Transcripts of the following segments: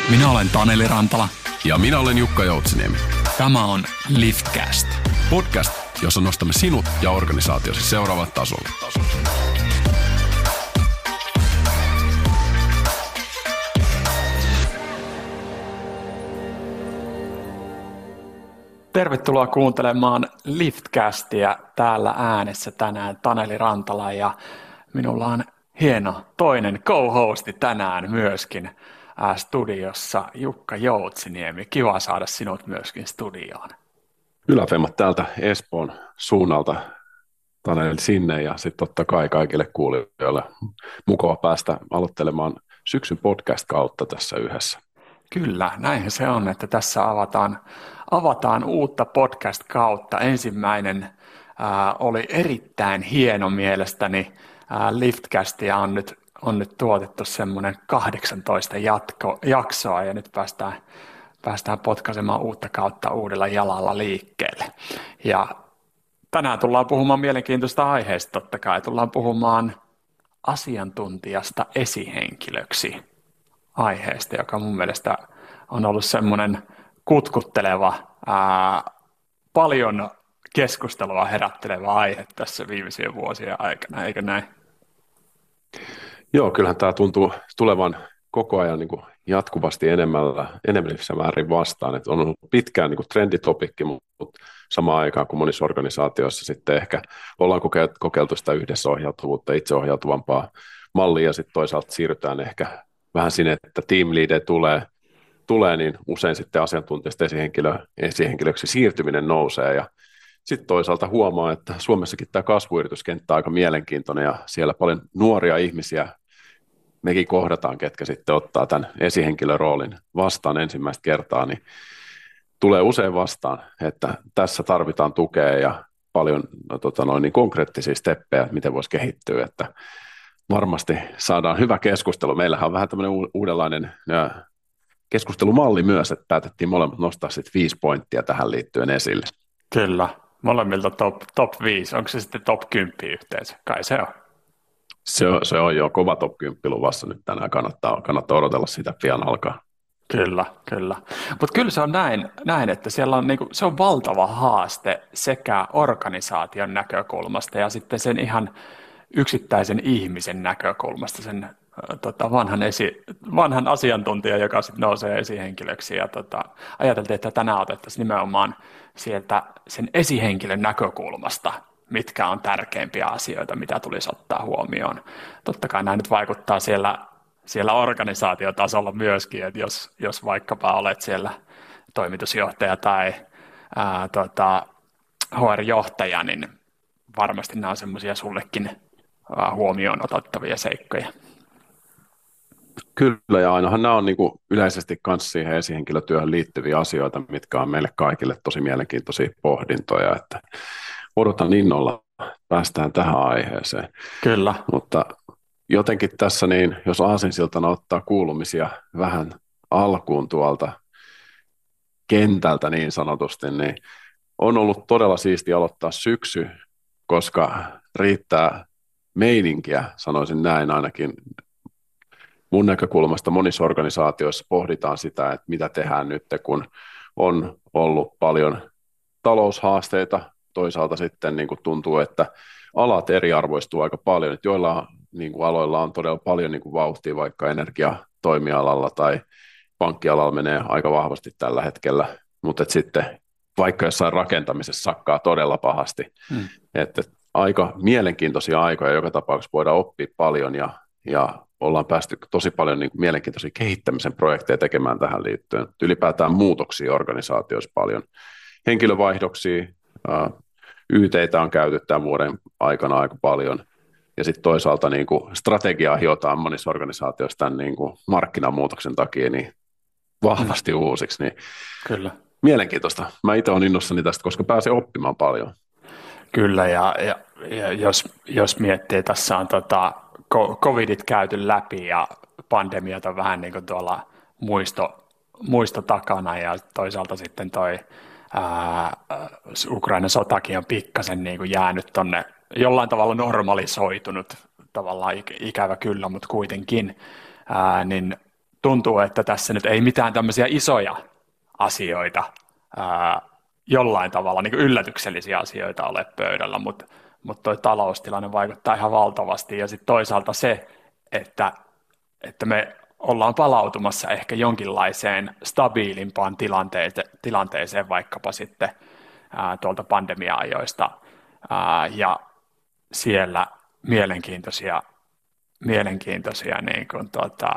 Minä olen Taneli Rantala. Ja minä olen Jukka Joutsiniemi. Tämä on Liftcast. Podcast, jossa nostamme sinut ja organisaatiosi seuraavalle tasolle. Tervetuloa kuuntelemaan Liftcastia. Täällä äänessä tänään Taneli Rantala ja minulla on hieno toinen co-hosti tänään myöskin studiossa Jukka Joutsiniemi. Kiva saada sinut myöskin studioon. Yläfemmat täältä Espoon suunnalta Taneli sinne ja sitten totta kai kaikille kuulijoille mukava päästä aloittelemaan syksyn podcast-kautta tässä yhdessä. Kyllä, näinhän se on, että tässä avataan uutta podcast-kautta. Ensimmäinen oli erittäin hieno mielestäni. Liftcastia on nyt tuotettu semmoinen 18 jaksoa ja nyt päästään potkaisemaan uutta kautta uudella jalalla liikkeelle. Ja tänään tullaan puhumaan mielenkiintoista aiheesta totta kai. Tullaan puhumaan asiantuntijasta esihenkilöksi aiheesta, joka mun mielestä on ollut semmoinen kutkutteleva, paljon keskustelua herättelevä aihe tässä viimeisien vuosien aikana, eikö näin? Joo, kyllähän tämä tuntuu tulevan koko ajan niin kuin jatkuvasti enemmissä määrin vastaan. Että on ollut pitkään niin kuin trenditopikki, mutta samaan aikaan kuin monissa organisaatioissa sitten ehkä ollaan kokeiltu sitä yhdessä ohjautuvuutta, itseohjautuvampaa mallia ja sitten toisaalta siirrytään ehkä vähän sinne, että team leader tulee, niin usein sitten asiantuntijasta esihenkilöksi siirtyminen nousee ja sitten toisaalta huomaa, että Suomessakin tämä kasvuyrityskenttä on aika mielenkiintoinen ja siellä paljon nuoria ihmisiä mekin kohdataan, ketkä sitten ottaa tämän esihenkilöroolin vastaan ensimmäistä kertaa, niin tulee usein vastaan, että tässä tarvitaan tukea ja paljon niin konkreettisia steppejä, miten voisi kehittyä, että varmasti saadaan hyvä keskustelu. Meillähän on vähän tämmöinen uudenlainen keskustelumalli myös, että päätettiin molemmat nostaa sitten 5 pointtia tähän liittyen esille. Kyllä, molemmilta top 5. Onko se sitten top 10 yhteensä? Kai se on. Se on jo kova top 10 luvassa nyt tänään. Kannattaa odotella sitä pian alkaa. Kyllä. Mutta kyllä se on näin, että siellä on se on valtava haaste sekä organisaation näkökulmasta ja sitten sen ihan yksittäisen ihmisen näkökulmasta, sen vanhan asiantuntijan, joka sitten nousee esihenkilöksi. Ja ajateltiin, että tänään otettaisiin nimenomaan sieltä sen esihenkilön näkökulmasta, mitkä on tärkeimpiä asioita, mitä tulisi ottaa huomioon. Totta kai nämä nyt vaikuttaa siellä organisaatiotasolla myöskin, että jos vaikkapa olet siellä toimitusjohtaja tai HR-johtaja, niin varmasti nämä on semmoisia sullekin huomioon otettavia seikkoja. Kyllä, ja ainahan nämä on niin kuin yleisesti myös siihen esihenkilötyöhön liittyviä asioita, mitkä on meille kaikille tosi mielenkiintoisia pohdintoja, että odotan innolla, päästään tähän aiheeseen. Kyllä. Mutta jotenkin tässä, niin jos aasinsiltana ottaa kuulumisia vähän alkuun tuolta kentältä niin sanotusti, niin on ollut todella siisti aloittaa syksy, koska riittää meininkiä, sanoisin näin ainakin. Mun näkökulmasta monissa organisaatioissa pohditaan sitä, että mitä tehdään nyt, kun on ollut paljon taloushaasteita. Toisaalta sitten niin kuin tuntuu, että alat eriarvoistuu aika paljon, että joilla niin kuin aloilla on todella paljon niin kuin vauhtia, vaikka energiatoimialalla tai pankkialalla menee aika vahvasti tällä hetkellä, mutta sitten vaikka jossain rakentamisessa sakkaa todella pahasti, että aika mielenkiintoisia aikoja, joka tapauksessa voidaan oppia paljon ja ollaan päästy tosi paljon niin mielenkiintoisia kehittämisen projekteja tekemään tähän liittyen. Ylipäätään muutoksia organisaatioissa paljon. Henkilövaihdoksia, YT:itä on käyty tämän vuoden aikana aika paljon. Ja sitten toisaalta niin kuin strategiaa hiotaan monissa organisaatioissa tämän niin kuin markkinamuutoksen takia niin vahvasti uusiksi. Niin kyllä. Mielenkiintoista. Mä itse olen innossani tästä, koska pääsee oppimaan paljon. Kyllä, ja jos miettii, tässä on covidit käyty läpi ja pandemiat on vähän niin kuin tuolla muisto takana ja toisaalta sitten toi Ukrainan sotakin on pikkasen niin kuin jäänyt tonne jollain tavalla normalisoitunut, tavallaan ikävä kyllä, mutta kuitenkin, niin tuntuu, että tässä nyt ei mitään tämmöisiä isoja asioita, ää, jollain tavalla niin kuin yllätyksellisiä asioita ole pöydällä, mutta toi taloustilanne vaikuttaa ihan valtavasti. Ja sitten toisaalta se, että me ollaan palautumassa ehkä jonkinlaiseen stabiilimpaan tilanteeseen vaikkapa sitten tuolta pandemia-ajoista, ja siellä mielenkiintoisia niin kuin,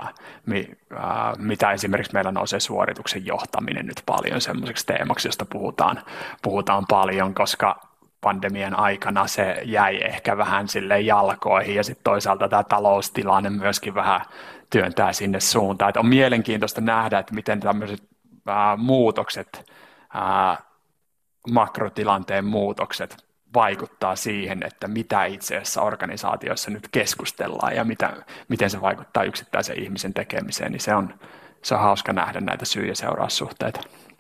mitä esimerkiksi meillä nousee suorituksen johtaminen nyt paljon semmoiseksi teemaksi, josta puhutaan paljon, koska pandemian aikana se jäi ehkä vähän sille jalkoihin, ja sitten toisaalta tämä taloustilanne myöskin vähän työntää sinne suuntaan. Että on mielenkiintoista nähdä, että miten tämmöiset muutokset, makrotilanteen muutokset vaikuttaa siihen, että mitä itse asiassa organisaatioissa nyt keskustellaan ja miten se vaikuttaa yksittäisen ihmisen tekemiseen, niin se on hauska nähdä näitä syy- ja seuraussuhteita.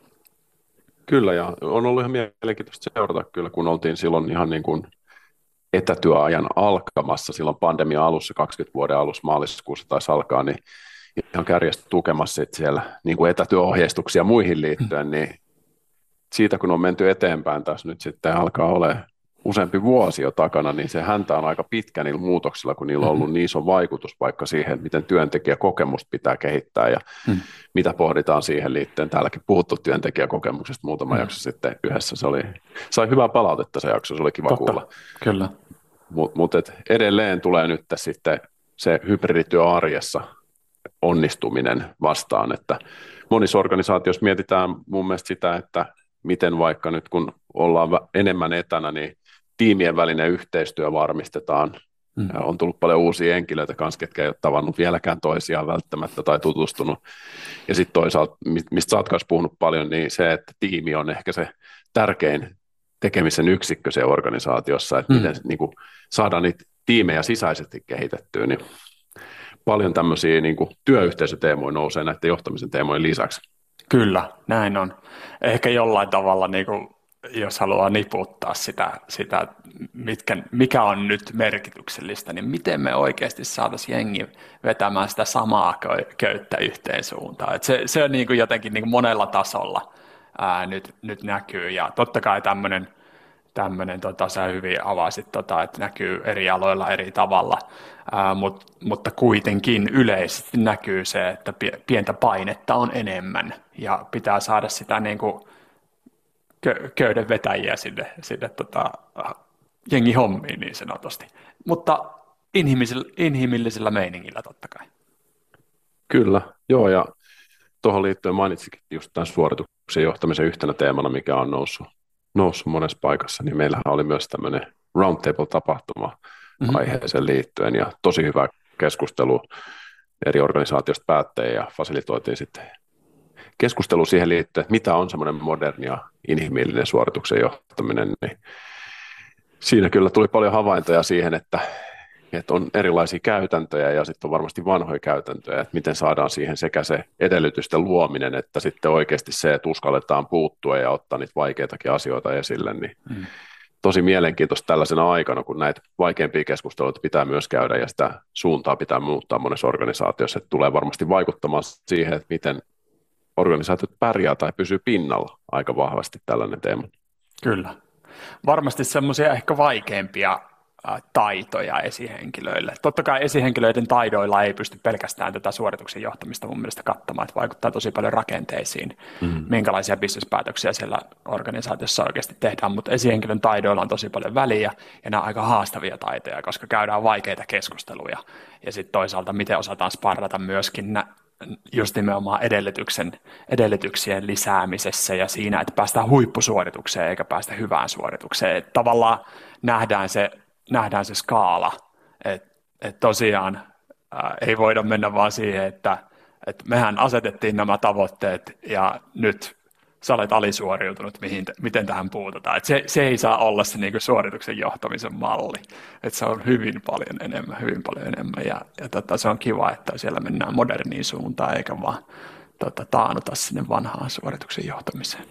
Kyllä, ja on ollut ihan mielenkiintoista seurata kyllä, kun oltiin silloin ihan niin kuin etätyöajan alkamassa, silloin pandemia alussa, 20 vuoden alussa maaliskuussa taisi alkaa, niin ihan kärjestä tukemassa siellä niin kuin etätyöohjeistuksia muihin liittyen, niin siitä kun on menty eteenpäin tässä nyt sitten alkaa olemaan useampi vuosi jo takana, niin se häntä on aika pitkä niillä muutoksilla, kun niillä on ollut niin iso vaikutus vaikka siihen, miten työntekijäkokemusta pitää kehittää ja mitä pohditaan siihen liittyen. Täälläkin puhuttu työntekijäkokemuksesta muutama jakso sitten yhdessä. Sai hyvää palautetta se jakso, se oli kiva kuulla. Kyllä. Mutta edelleen tulee nyt sitten se hybridityö arjessa onnistuminen vastaan, että monissa organisaatioissa mietitään mun mielestä sitä, että miten vaikka nyt kun ollaan enemmän etänä, niin tiimien välinen yhteistyö varmistetaan. On tullut paljon uusia henkilöitä kanssa, ketkä ei ole tavannut vieläkään toisiaan välttämättä tai tutustunut. Ja sitten toisaalta, mistä sä oot kanssa puhunut paljon, niin se, että tiimi on ehkä se tärkein tekemisen yksikkö se organisaatiossa, että miten niin kuin saadaan niitä tiimejä sisäisesti kehitettyä, niin paljon tämmöisiä niin kuin työyhteisöteemoja nousee näiden johtamisen teemojen lisäksi. Kyllä, näin on. Ehkä jollain tavalla, niin kuin, jos haluaa niputtaa sitä mikä on nyt merkityksellistä, niin miten me oikeasti saataisiin jengi vetämään sitä samaa köyttä yhteen suuntaan. Se on niin kuin jotenkin niin kuin monella tasolla nyt näkyy, ja totta kai tämmöinen sä hyvin avasit, että näkyy eri aloilla eri tavalla, mutta kuitenkin yleisesti näkyy se, että pientä painetta on enemmän ja pitää saada sitä niin kuin köyden vetäjiä sinne jengi hommiin niin sanotusti, mutta inhimillisellä meiningillä totta kai. Kyllä, joo, ja tuohon liittyen mainitsikin just tämän suorituksen johtamisen yhtenä teemana, mikä on noussut monessa paikassa, niin meillähän oli myös tämmöinen roundtable-tapahtuma aiheeseen liittyen, ja tosi hyvä keskustelu eri organisaatioista päättäjiä, ja fasilitoitiin sitten keskustelu siihen liittyen, että mitä on semmoinen moderni ja inhimillinen suorituksen johtaminen, niin siinä kyllä tuli paljon havaintoja siihen, että on erilaisia käytäntöjä ja sitten on varmasti vanhoja käytäntöjä, että miten saadaan siihen sekä se edellytysten luominen, että sitten oikeasti se, että uskalletaan puuttua ja ottaa niitä vaikeitakin asioita esille, niin tosi mielenkiintoista tällaisena aikana, kun näitä vaikeampia keskusteluita pitää myös käydä ja sitä suuntaa pitää muuttaa monessa organisaatiossa, että tulee varmasti vaikuttamaan siihen, että miten organisaatiot pärjää tai pysyy pinnalla aika vahvasti tällainen teema. Kyllä. Varmasti semmoisia ehkä vaikeampia taitoja esihenkilöille. Totta kai esihenkilöiden taidoilla ei pysty pelkästään tätä suorituksen johtamista mun mielestä katsomaan, että vaikuttaa tosi paljon rakenteisiin, minkälaisia bisnespäätöksiä siellä organisaatiossa oikeasti tehdään, mutta esihenkilön taidoilla on tosi paljon väliä ja nämä on aika haastavia taitoja, koska käydään vaikeita keskusteluja ja sitten toisaalta miten osataan sparrata myöskin just nimenomaan edellytyksien lisäämisessä ja siinä, että päästään huippusuoritukseen eikä päästä hyvään suoritukseen. Että tavallaan nähdään se skaala, että tosiaan ei voida mennä vaan siihen, että mehän asetettiin nämä tavoitteet ja nyt sä olet alisuoriutunut, miten tähän puututaan. Että se ei saa olla se niin kuin suorituksen johtamisen malli, että se on hyvin paljon enemmän ja se on kiva, että siellä mennään moderniin suuntaan eikä vaan taanuta sinne vanhaan suorituksen johtamiseen.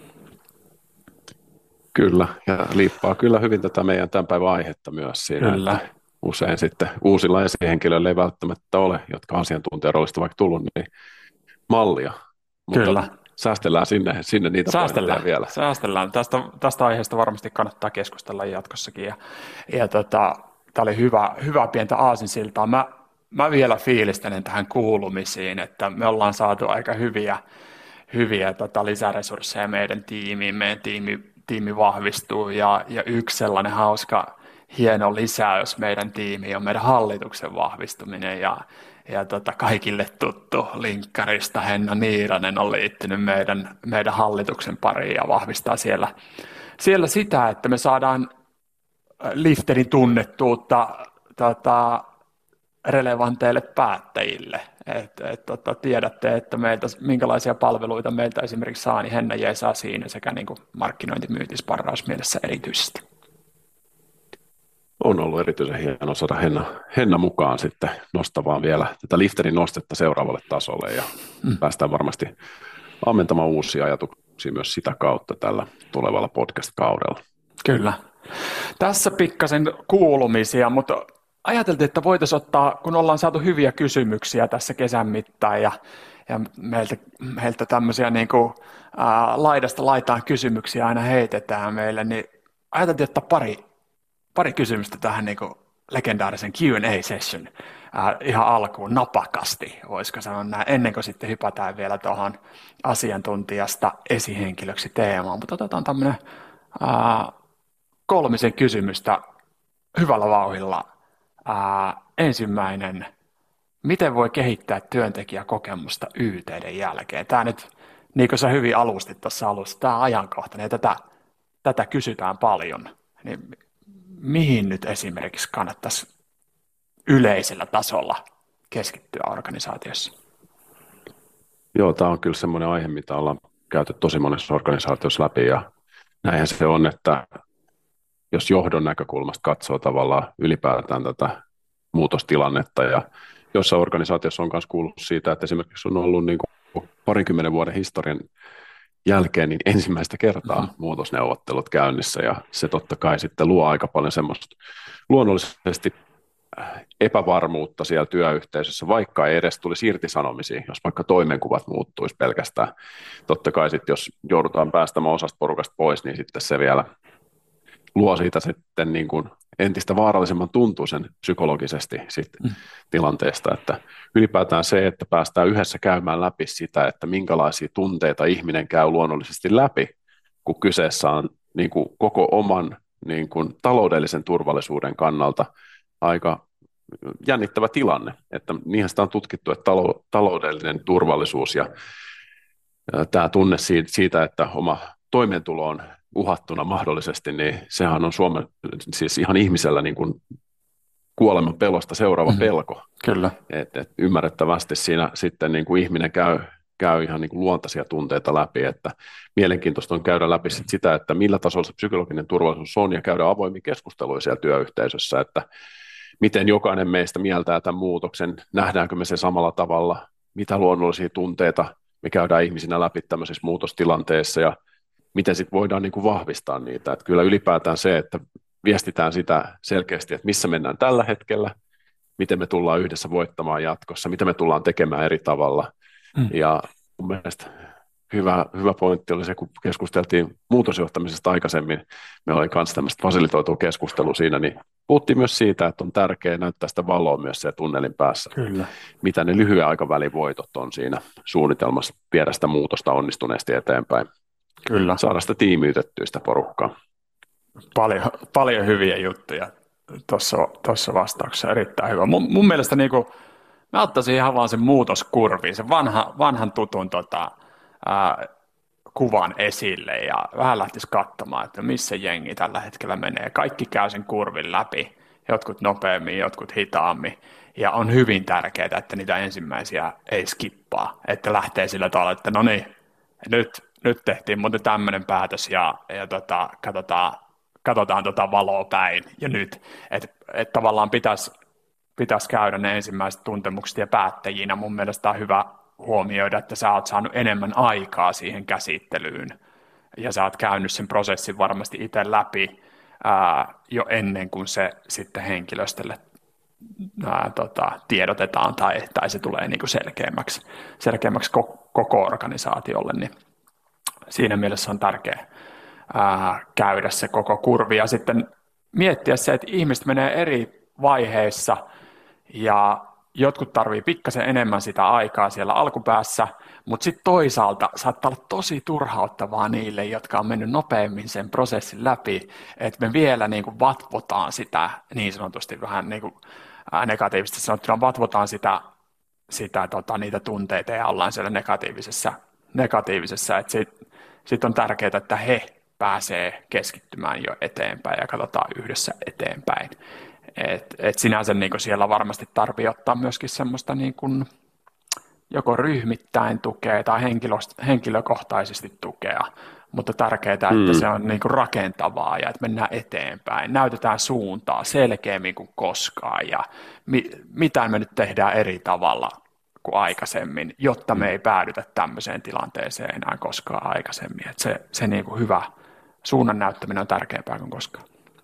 Kyllä, ja liippaa kyllä hyvin tätä meidän tämän päivän aihetta myös siinä, kyllä. Että usein sitten uusilla esihenkilöillä ei välttämättä ole, jotka asiantuntijaroolista vaikka tullut, niin mallia, mutta Kyllä. säästellään sinne niitä pointteja Säästellään, vielä. säästellään. Tästä aiheesta varmasti kannattaa keskustella jatkossakin. Tämä oli hyvä pientä aasinsiltaa. Mä vielä fiilistelen tähän kuulumisiin, että me ollaan saatu aika hyviä lisäresursseja meidän tiimiin. Meidän tiimi vahvistuu ja yksi sellainen hauska, hieno lisäys meidän tiimiin on meidän hallituksen vahvistuminen kaikille tuttu linkkarista Henna Niiranen on liittynyt meidän hallituksen pariin ja vahvistaa siellä sitä, että me saadaan Lifterin tunnettuutta relevanteille päättäjille. Tiedätte, että minkälaisia palveluita meiltä esimerkiksi saa, niin Henna jeesaa siinä sekä niin kuin markkinointimyyntisparrausmielessä erityisesti. On ollut erityisen hieno saada Henna mukaan sitten nostamaan vielä tätä Lifterin nostetta seuraavalle tasolle ja päästään varmasti ammentamaan uusia ajatuksia myös sitä kautta tällä tulevalla podcast-kaudella. Kyllä. Tässä pikkasen kuulumisia, mutta ajateltiin, että voitaisiin ottaa, kun ollaan saatu hyviä kysymyksiä tässä kesän mittaan ja meiltä tämmöisiä niin kuin, laidasta laitaan kysymyksiä aina heitetään meille, niin ajateltiin ottaa pari kysymystä tähän niin kuin legendaarisen Q&A-session ihan alkuun napakasti, voisiko sanoa näin, ennen kuin sitten hypätään vielä tuohon asiantuntijasta esihenkilöksi teemaan, mutta otetaan tämmöinen 3 kysymystä hyvällä vauhdilla. Ensimmäinen, miten voi kehittää työntekijäkokemusta YT:n jälkeen? Tämä nyt, niin kuin sä hyvin alustit tuossa alussa, tämä on ajankohtainen ja tätä kysytään paljon. Niin mihin nyt esimerkiksi kannattaisi yleisellä tasolla keskittyä organisaatiossa? Joo, tämä on kyllä semmoinen aihe, mitä ollaan käyty tosi monessa organisaatiossa läpi ja näinhän se on, että jos johdon näkökulmasta katsoo tavallaan ylipäätään tätä muutostilannetta ja jossain organisaatiossa on myös kuullut siitä, että esimerkiksi on ollut niin kuin 20 vuoden historian jälkeen niin ensimmäistä kertaa muutosneuvottelut käynnissä ja se totta kai sitten luo aika paljon semmoista luonnollisesti epävarmuutta siellä työyhteisössä, vaikka ei edes tulisi irtisanomisia, jos vaikka toimenkuvat muuttuisi pelkästään. Totta kai sitten, jos joudutaan päästämään osasta porukasta pois, niin sitten se vielä luo siitä sitten niin kuin entistä vaarallisemman tuntuisen psykologisesti tilanteesta, että ylipäätään se, että päästään yhdessä käymään läpi sitä, että minkälaisia tunteita ihminen käy luonnollisesti läpi, kun kyseessä on niin kuin koko oman niin kuin taloudellisen turvallisuuden kannalta aika jännittävä tilanne, että niinhän sitä on tutkittu, että taloudellinen turvallisuus ja tämä tunne siitä, että oma toimeentulo on uhattuna mahdollisesti, niin sehän on Suomen, siis ihan ihmisellä niin kuin kuoleman pelosta seuraava pelko. Kyllä. Et ymmärrettävästi siinä sitten niin kuin ihminen käy ihan niin kuin luontaisia tunteita läpi, että mielenkiintoista on käydä läpi sitä, että millä tasolla se psykologinen turvallisuus on ja käydä avoimia keskusteluja siellä työyhteisössä, että miten jokainen meistä mieltää tämän muutoksen, nähdäänkö me se samalla tavalla, mitä luonnollisia tunteita me käydään ihmisinä läpi tämmöisissä muutostilanteissa ja miten sitten voidaan niin kuin vahvistaa niitä. Että kyllä ylipäätään se, että viestitään sitä selkeästi, että missä mennään tällä hetkellä, miten me tullaan yhdessä voittamaan jatkossa, mitä me tullaan tekemään eri tavalla. Ja mun mielestä hyvä pointti oli se, kun keskusteltiin muutosjohtamisesta aikaisemmin, me oli myös tämmöistä fasilitoitua keskustelua siinä, niin puhuttiin myös siitä, että on tärkeää näyttää sitä valoa myös siellä tunnelin päässä. Kyllä. Mitä ne lyhyen aikavälin voitot on siinä suunnitelmassa viedä sitä muutosta onnistuneesti eteenpäin. Kyllä. Saada sitä tiimiytettyä sitä porukkaa. Paljon hyviä juttuja tuossa vastauksessa, erittäin hyvä. Mun mielestä niin kuin, mä ottaisin ihan vaan sen muutoskurviin, sen vanhan tutun kuvan esille ja vähän lähtisi katsomaan, että missä jengi tällä hetkellä menee. Kaikki käy sen kurvin läpi, jotkut nopeammin, jotkut hitaammin. Ja on hyvin tärkeää, että niitä ensimmäisiä ei skippaa, että lähtee sillä tavalla, että no niin, nyt tehtiin muuten tämmöinen päätös ja katsotaan valoa päin ja nyt. Että tavallaan pitäisi käydä ne ensimmäiset tuntemukset ja päättäjinä. Mun mielestä on hyvä huomioida, että sä oot saanut enemmän aikaa siihen käsittelyyn ja sä oot käynyt sen prosessin varmasti itse läpi jo ennen kuin se sitten henkilöstölle tiedotetaan tai se tulee niin kuin selkeämmäksi koko organisaatiolle, niin siinä mielessä on tärkeää käydä se koko kurvi ja sitten miettiä se, että ihmiset menee eri vaiheissa ja jotkut tarvii pikkasen enemmän sitä aikaa siellä alkupäässä, mutta sitten toisaalta saattaa olla tosi turhauttavaa niille, jotka on mennyt nopeammin sen prosessin läpi, että me vielä niin kuin vatvotaan sitä niin sanotusti vähän niin kuin negatiivisesti sanottuna, vatvotaan niitä tunteita ja ollaan siellä negatiivisessa että sit on tärkeää, että he pääsee keskittymään jo eteenpäin ja katsotaan yhdessä eteenpäin. Et sinänsä niin kuin siellä varmasti tarvii ottaa myöskin semmoista niin kuin joko ryhmittäin tukea tai henkilökohtaisesti tukea, mutta tärkeää, että se on niin kuin rakentavaa ja että mennään eteenpäin, näytetään suuntaa selkeämmin kuin koskaan ja mitä me nyt tehdään eri tavalla kuin aikaisemmin, jotta me ei päädytä tämmöiseen tilanteeseen enää koskaan aikaisemmin. Että se niin kuin hyvä suunnan näyttäminen on tärkeämpää kuin koskaan.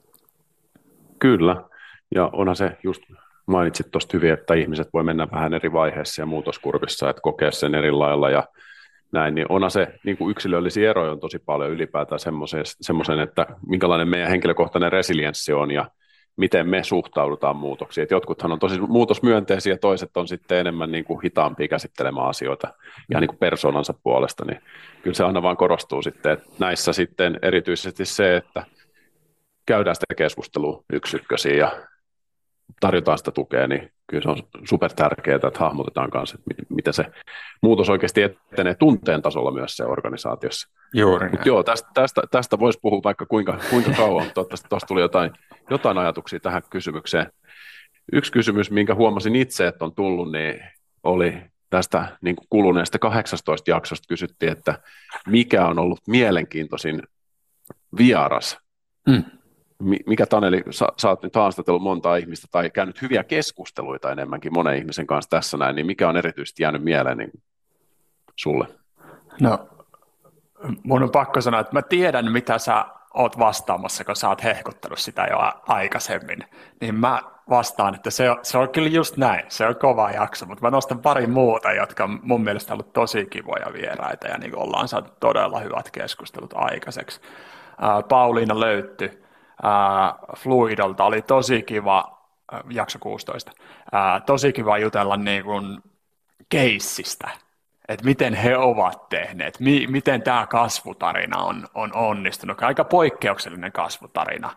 Kyllä, ja onhan se just mainitsit tuosta hyvin, että ihmiset voi mennä vähän eri vaiheessa ja muutoskurvissa, että kokea sen eri lailla ja näin, niin onhan se niin kuin yksilöllisiä eroja on tosi paljon ylipäätään semmoisen, että minkälainen meidän henkilökohtainen resilienssi on ja miten me suhtaudutaan muutoksiin. Et jotkuthan on tosi muutosmyönteisiä ja toiset on sitten enemmän niin kuin hitaampia käsittelemään asioita ja niin kuin persoonansa puolesta, niin kyllä se aina vaan korostuu sitten, että näissä sitten erityisesti se, että käydään sitä keskustelua yksikkösiä ja tarjotaan sitä tukea, niin kyllä se on super tärkeää, että hahmotetaan kanssa, että miten se muutos oikeasti etenee tunteen tasolla myös se organisaatiossa. Juuri. Mutta joo, tästä voisi puhua vaikka kuinka kauan, mutta toivottavasti tuosta tuli jotain ajatuksia tähän kysymykseen. Yksi kysymys, minkä huomasin itse, että on tullut, niin oli tästä niin kuin kuluneesta 18 jaksosta kysyttiin, että mikä on ollut mielenkiintoisin vieras. Mikä Taneli, sä oot nyt haastatellut monta ihmistä tai käynyt hyviä keskusteluita enemmänkin monen ihmisen kanssa tässä näin, niin mikä on erityisesti jäänyt mieleen niin sulle? No, mun on pakko sanoa, että mä tiedän, mitä sä oot vastaamassa, kun sä oot hehkuttanut sitä jo aikaisemmin. Niin mä vastaan, että se on kyllä just näin, se on kova jakso, mutta mä nostan pari muuta, jotka on mun mielestä ollut tosi kivoja vieraita ja niin kuin ollaan saatu todella hyvät keskustelut aikaiseksi. Pauliina Löytty Fluidolta oli tosi kiva, jakso 16, tosi kiva jutella niin kuin keissistä, että miten he ovat tehneet, miten tämä kasvutarina on onnistunut. Aika poikkeuksellinen kasvutarina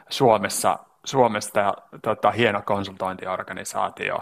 Suomesta hieno konsultointiorganisaatio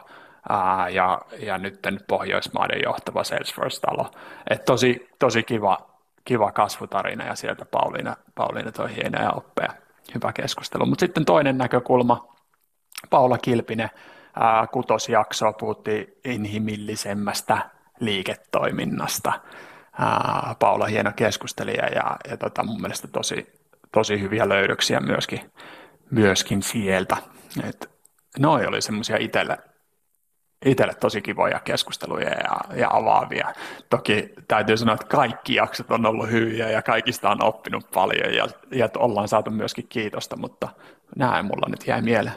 ja nyt Pohjoismaiden johtava Salesforce-talo. Et tosi kiva kasvutarina ja sieltä Pauliina toi hienoja oppeja. Hyvä keskustelu. Mutta sitten toinen näkökulma, Paula Kilpinen, 6. jaksoa puhuttiin inhimillisemmästä liiketoiminnasta. Paula hieno keskustelija ja mun mielestä tosi hyviä löydöksiä myöskin sieltä. Noi oli semmoisia itselle tosi kivoja keskusteluja ja avaavia. Toki täytyy sanoa, että kaikki jaksot on ollut hyviä ja kaikista on oppinut paljon ja ollaan saatu myöskin kiitosta, mutta näin mulla nyt jäi mieleen.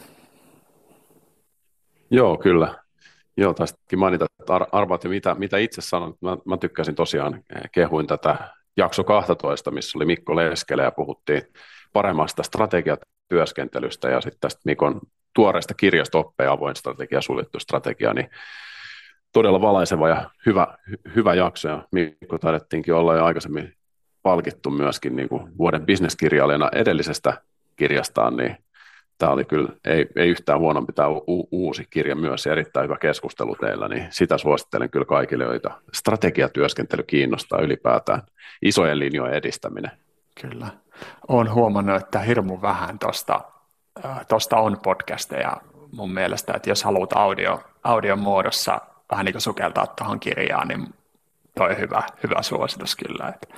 Joo, kyllä. Joo, tästäkin mainita, että arvaat jo mitä itse sanon. Mä tykkäsin tosiaan, kehuin tätä jakso 12, missä oli Mikko Leskelä ja puhuttiin paremmasta strategiatyöskentelystä ja sitten tästä Mikon tuoreesta kirjasta oppeja, avoin strategia, suljettu strategia, niin todella valaiseva ja hyvä jakso, ja Mikko taidettiinkin olla jo aikaisemmin palkittu myöskin niin kuin vuoden bisneskirjailijana edellisestä kirjastaan, niin tämä oli kyllä ei yhtään huonompi tämä uusi kirja myös, ja erittäin hyvä keskustelu teillä, niin sitä suosittelen kyllä kaikille, joita strategiatyöskentely kiinnostaa ylipäätään, isojen linjojen edistäminen. Kyllä, olen huomannut, että hirmu vähän tuosta on podcasteja mun mielestä, että jos haluat audion muodossa vähän niin kuin sukeltaa tuohon kirjaan, niin toi hyvä suositus kyllä. Että,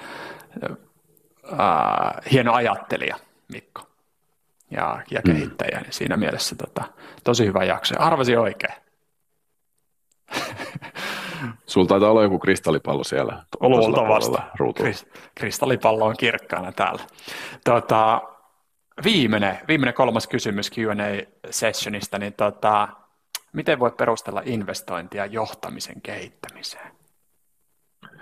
hieno ajattelija Mikko ja kehittäjä, niin siinä mielessä tosi hyvä jakso. Arvasin oikein. Sulla taitaa olla joku kristallipallo siellä. Luultavasti. Kristallipallo on kirkkaana täällä. Viimeinen 3. kysymys Q&A-sessionista, niin miten voi perustella investointia johtamisen kehittämiseen?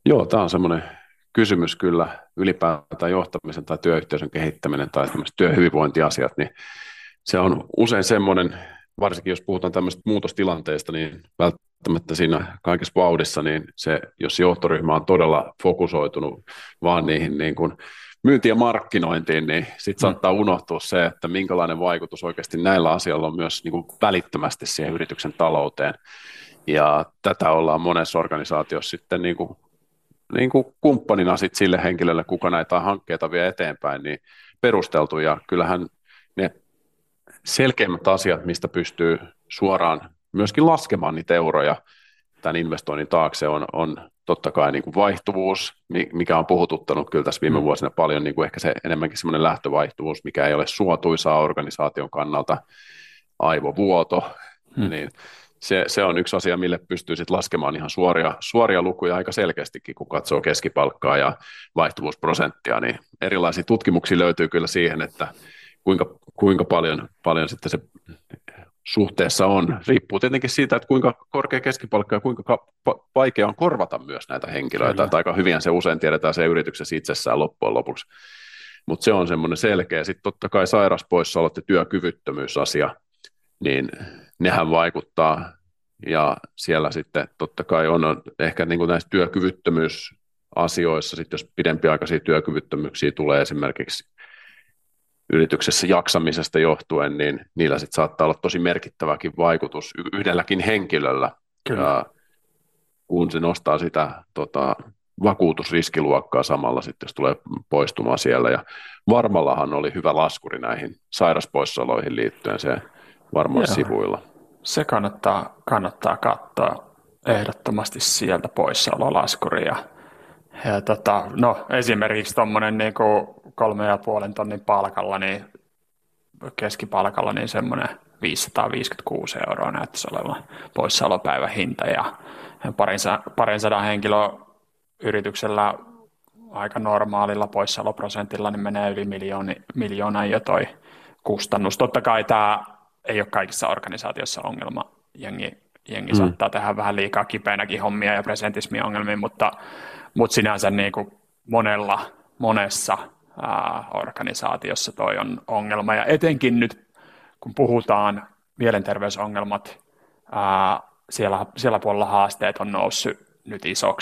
Joo, tämä on semmoinen kysymys kyllä, ylipäätään johtamisen tai työyhteisön kehittäminen tai tämmöiset työhyvinvointiasiat, niin se on usein semmoinen, varsinkin jos puhutaan tämmöistä muutostilanteista, niin välttämättä siinä kaikessa vauhdissa, niin se, jos johtoryhmä on todella fokusoitunut vaan niihin niin kuin myyntiin ja markkinointiin, niin sitten saattaa unohtua se, että minkälainen vaikutus oikeasti näillä asioilla on myös niin kuin välittömästi siihen yrityksen talouteen. Ja tätä ollaan monessa organisaatiossa sitten niin kuin kumppanina sit sille henkilölle, kuka näitä hankkeita vie eteenpäin, niin perusteltu. Ja kyllähän ne selkeimmät asiat, mistä pystyy suoraan myöskin laskemaan niitä euroja tämän investoinnin taakse, on totta kai niin kuin vaihtuvuus, mikä on puhututtanut kyllä tässä viime vuosina paljon, niin kuin ehkä se enemmänkin semmoinen lähtövaihtuvuus, mikä ei ole suotuisaa organisaation kannalta, aivovuoto, niin se on yksi asia, mille pystyy sitten laskemaan ihan suoria lukuja aika selkeästikin, kun katsoo keskipalkkaa ja vaihtuvuusprosenttia, niin erilaisia tutkimuksia löytyy kyllä siihen, että kuinka paljon sitten se suhteessa on. Riippuu tietenkin siitä, että kuinka korkea keskipalkka ja kuinka vaikea on korvata myös näitä henkilöitä. Kyllä. Että aika hyvin se usein tiedetään se yrityksessä itsessään loppujen lopuksi. Mutta se on semmoinen selkeä. Sitten totta kai sairauspoissaolot ja työkyvyttömyysasia, niin nehän vaikuttaa. Ja siellä sitten totta kai on ehkä niin kuin näissä työkyvyttömyysasioissa, sitten jos pidempiaikaisia työkyvyttömyyksiä tulee esimerkiksi yrityksessä jaksamisesta johtuen, niin niillä sitten saattaa olla tosi merkittäväkin vaikutus yhdelläkin henkilöllä, ja kun se nostaa sitä vakuutusriskiluokkaa samalla sitten, jos tulee poistumaan siellä. Ja Varmallahan oli hyvä laskuri näihin sairauspoissaoloihin liittyen, se varmaan sivuilla. Se kannattaa katsoa ehdottomasti sieltä poissaololaskuria. No, esimerkiksi tuommoinen niin 3,5 tonnin palkalla, niin keskipalkalla niin semmoinen 556 € näyttäisi olevan poissaolopäivän hinta, ja parin sadan henkilön yrityksellä aika normaalilla poissaoloprosentilla niin menee yli miljoonan jo toi kustannus. Totta kai tämä ei ole kaikissa organisaatioissa ongelma. Jengi saattaa tehdä vähän liikaa kipeänäkin hommia ja presentismiongelmia, mutta sinänsä niin kuin monessa organisaatiossa toi on ongelma. Ja etenkin nyt, kun puhutaan mielenterveysongelmat, siellä puolella haasteet on noussut nyt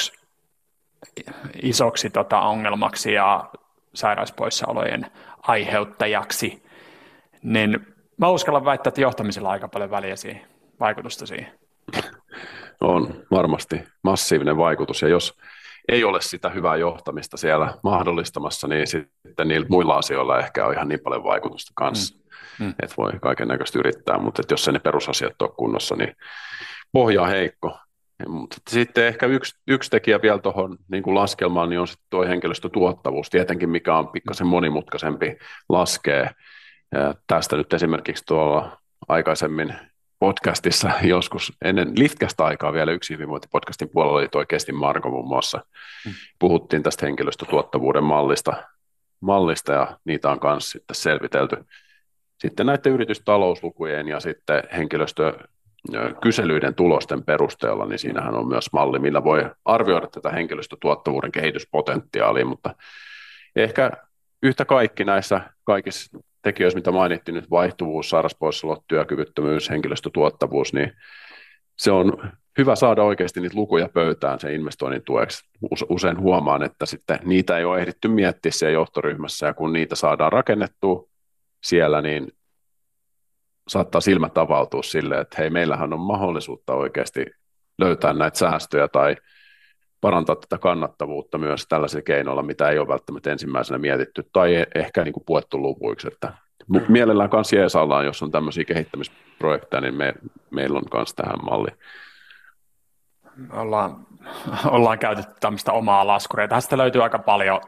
isoksi ongelmaksi ja sairauspoissaolojen aiheuttajaksi, niin mä uskallan väittää, että johtamisella on aika paljon vaikutusta siihen. On varmasti massiivinen vaikutus, ja jos ei ole sitä hyvää johtamista siellä mahdollistamassa, niin sitten niillä muilla asioilla ehkä on ihan niin paljon vaikutusta kanssa, että voi kaiken näköistä yrittää, mutta jos ei ne perusasiat ole kunnossa, niin pohja on heikko. Mutta sitten ehkä yksi tekijä vielä tuohon niin kuin laskelmaan, niin on sitten tuo henkilöstötuottavuus, tietenkin mikä on pikkasen monimutkaisempi laskee. Ja tästä nyt esimerkiksi tuolla aikaisemmin podcastissa joskus ennen Liftcast-aikaa vielä yksi hyvinvointipodcastin puolella oli toi Kestin Marko muun muassa. Puhuttiin tästä henkilöstötuottavuuden mallista ja niitä on myös sitten selvitelty. Sitten näiden yritystalouslukujen ja sitten henkilöstökyselyiden tulosten perusteella, niin siinähän on myös malli, millä voi arvioida tätä henkilöstötuottavuuden kehityspotentiaalia, mutta ehkä yhtä kaikki näissä kaikissa tekijöissä, mitä mainittiin nyt, vaihtuvuus, sairauspoissaolot, työkyvyttömyys, henkilöstötuottavuus, niin se on hyvä saada oikeasti niitä lukuja pöytään sen investoinnin tueksi. Usein huomaan, että sitten niitä ei ole ehditty miettiä siellä johtoryhmässä, ja kun niitä saadaan rakennettua siellä, niin saattaa silmät avautua silleen, että hei, meillähän on mahdollisuutta oikeasti löytää näitä säästöjä tai parantaa tätä kannattavuutta myös tällaisilla keinoilla, mitä ei ole välttämättä ensimmäisenä mietitty tai ehkä niin kuin puettu luvuiksi. Mutta mielellään kanssa jeesaillaan, jos on tämmöisiä kehittämisprojekteja, niin meillä on myös tähän malli. Ollaan käytetty tämmöistä omaa laskuria. Tästä löytyy aika paljon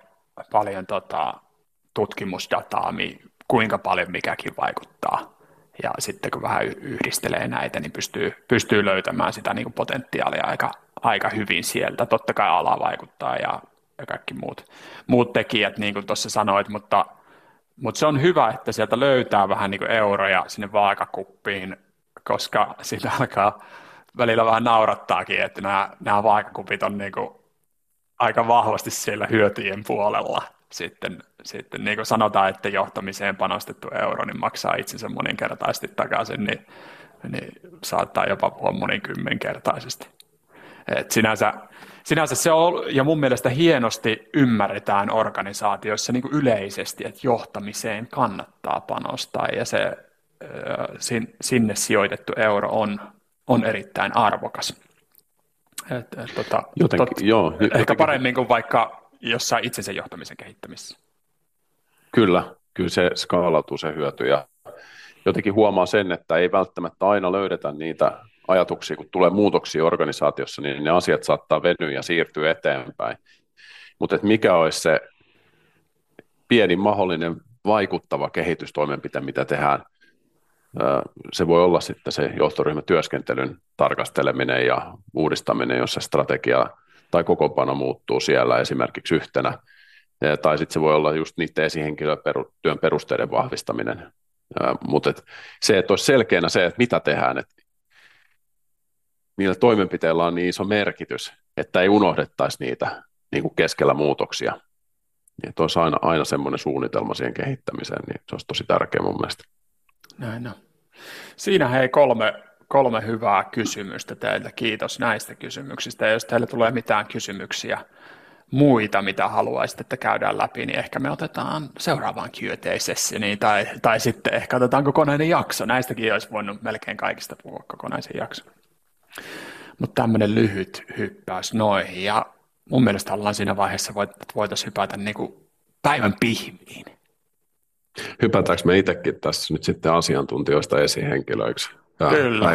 tutkimusdataa, kuinka paljon mikäkin vaikuttaa. Ja sitten kun vähän yhdistelee näitä, niin pystyy löytämään sitä niin kuin potentiaalia aika hyvin sieltä. Totta kai ala vaikuttaa ja kaikki muut tekijät, niin kuin tuossa sanoit, mutta se on hyvä, että sieltä löytää vähän niin kuin euroja sinne vaakakuppiin, koska siitä alkaa välillä vähän naurattaakin, että nämä vaakakupit on niin kuin aika vahvasti siellä hyötyjien puolella. Sitten niin kuin sanotaan, että johtamiseen panostettu euro niin maksaa itsensä moninkertaisesti takaisin, niin saattaa jopa puhua monikymmenkertaisesti. Et sinänsä se on, ja mun mielestä hienosti ymmärretään organisaatioissa niin kuin yleisesti, että johtamiseen kannattaa panostaa, ja se sinne sijoitettu euro on erittäin arvokas. Ehkä paremmin kuin vaikka jossain itsensä johtamisen kehittämisessä. Kyllä se skaalautuu se hyöty, ja jotenkin huomaa sen, että ei välttämättä aina löydetä niitä ajatuksia, kun tulee muutoksia organisaatiossa, niin ne asiat saattaa venyä ja siirtyä eteenpäin. Mutta mikä olisi se pienin mahdollinen vaikuttava kehitystoimenpite, mitä tehdään? Se voi olla sitten se johtoryhmätyöskentelyn tarkasteleminen ja uudistaminen, jos se strategia tai kokoonpano muuttuu siellä esimerkiksi yhtenä. Tai sitten se voi olla just niiden esihenkilötyön perusteiden vahvistaminen. Mutta se, että olisi selkeänä se, että mitä tehdään, että niillä toimenpiteillä on niin iso merkitys, että ei unohdettaisi niitä niin kuin keskellä muutoksia. Että olisi aina semmoinen suunnitelma siihen kehittämiseen, niin se olisi tosi tärkeä mun mielestä. Näin on. Siinä hei kolme hyvää kysymystä teiltä. Kiitos näistä kysymyksistä. Ja jos teille tulee mitään kysymyksiä muita, mitä haluaisitte, että käydään läpi, niin ehkä me otetaan seuraavaan Q&A-sessioniin tai sitten ehkä otetaan kokonainen jakso. Näistäkin olisi voinut melkein kaikista puhua kokonaisen jakson. Mutta tämmöinen lyhyt hyppäys noihin. Ja mun mielestä ollaan siinä vaiheessa, voitaisiin hypätä niin kuin päivän pihviin. Hypätäänkö me itsekin tässä nyt sitten asiantuntijoista esihenkilöiksi? Kyllä.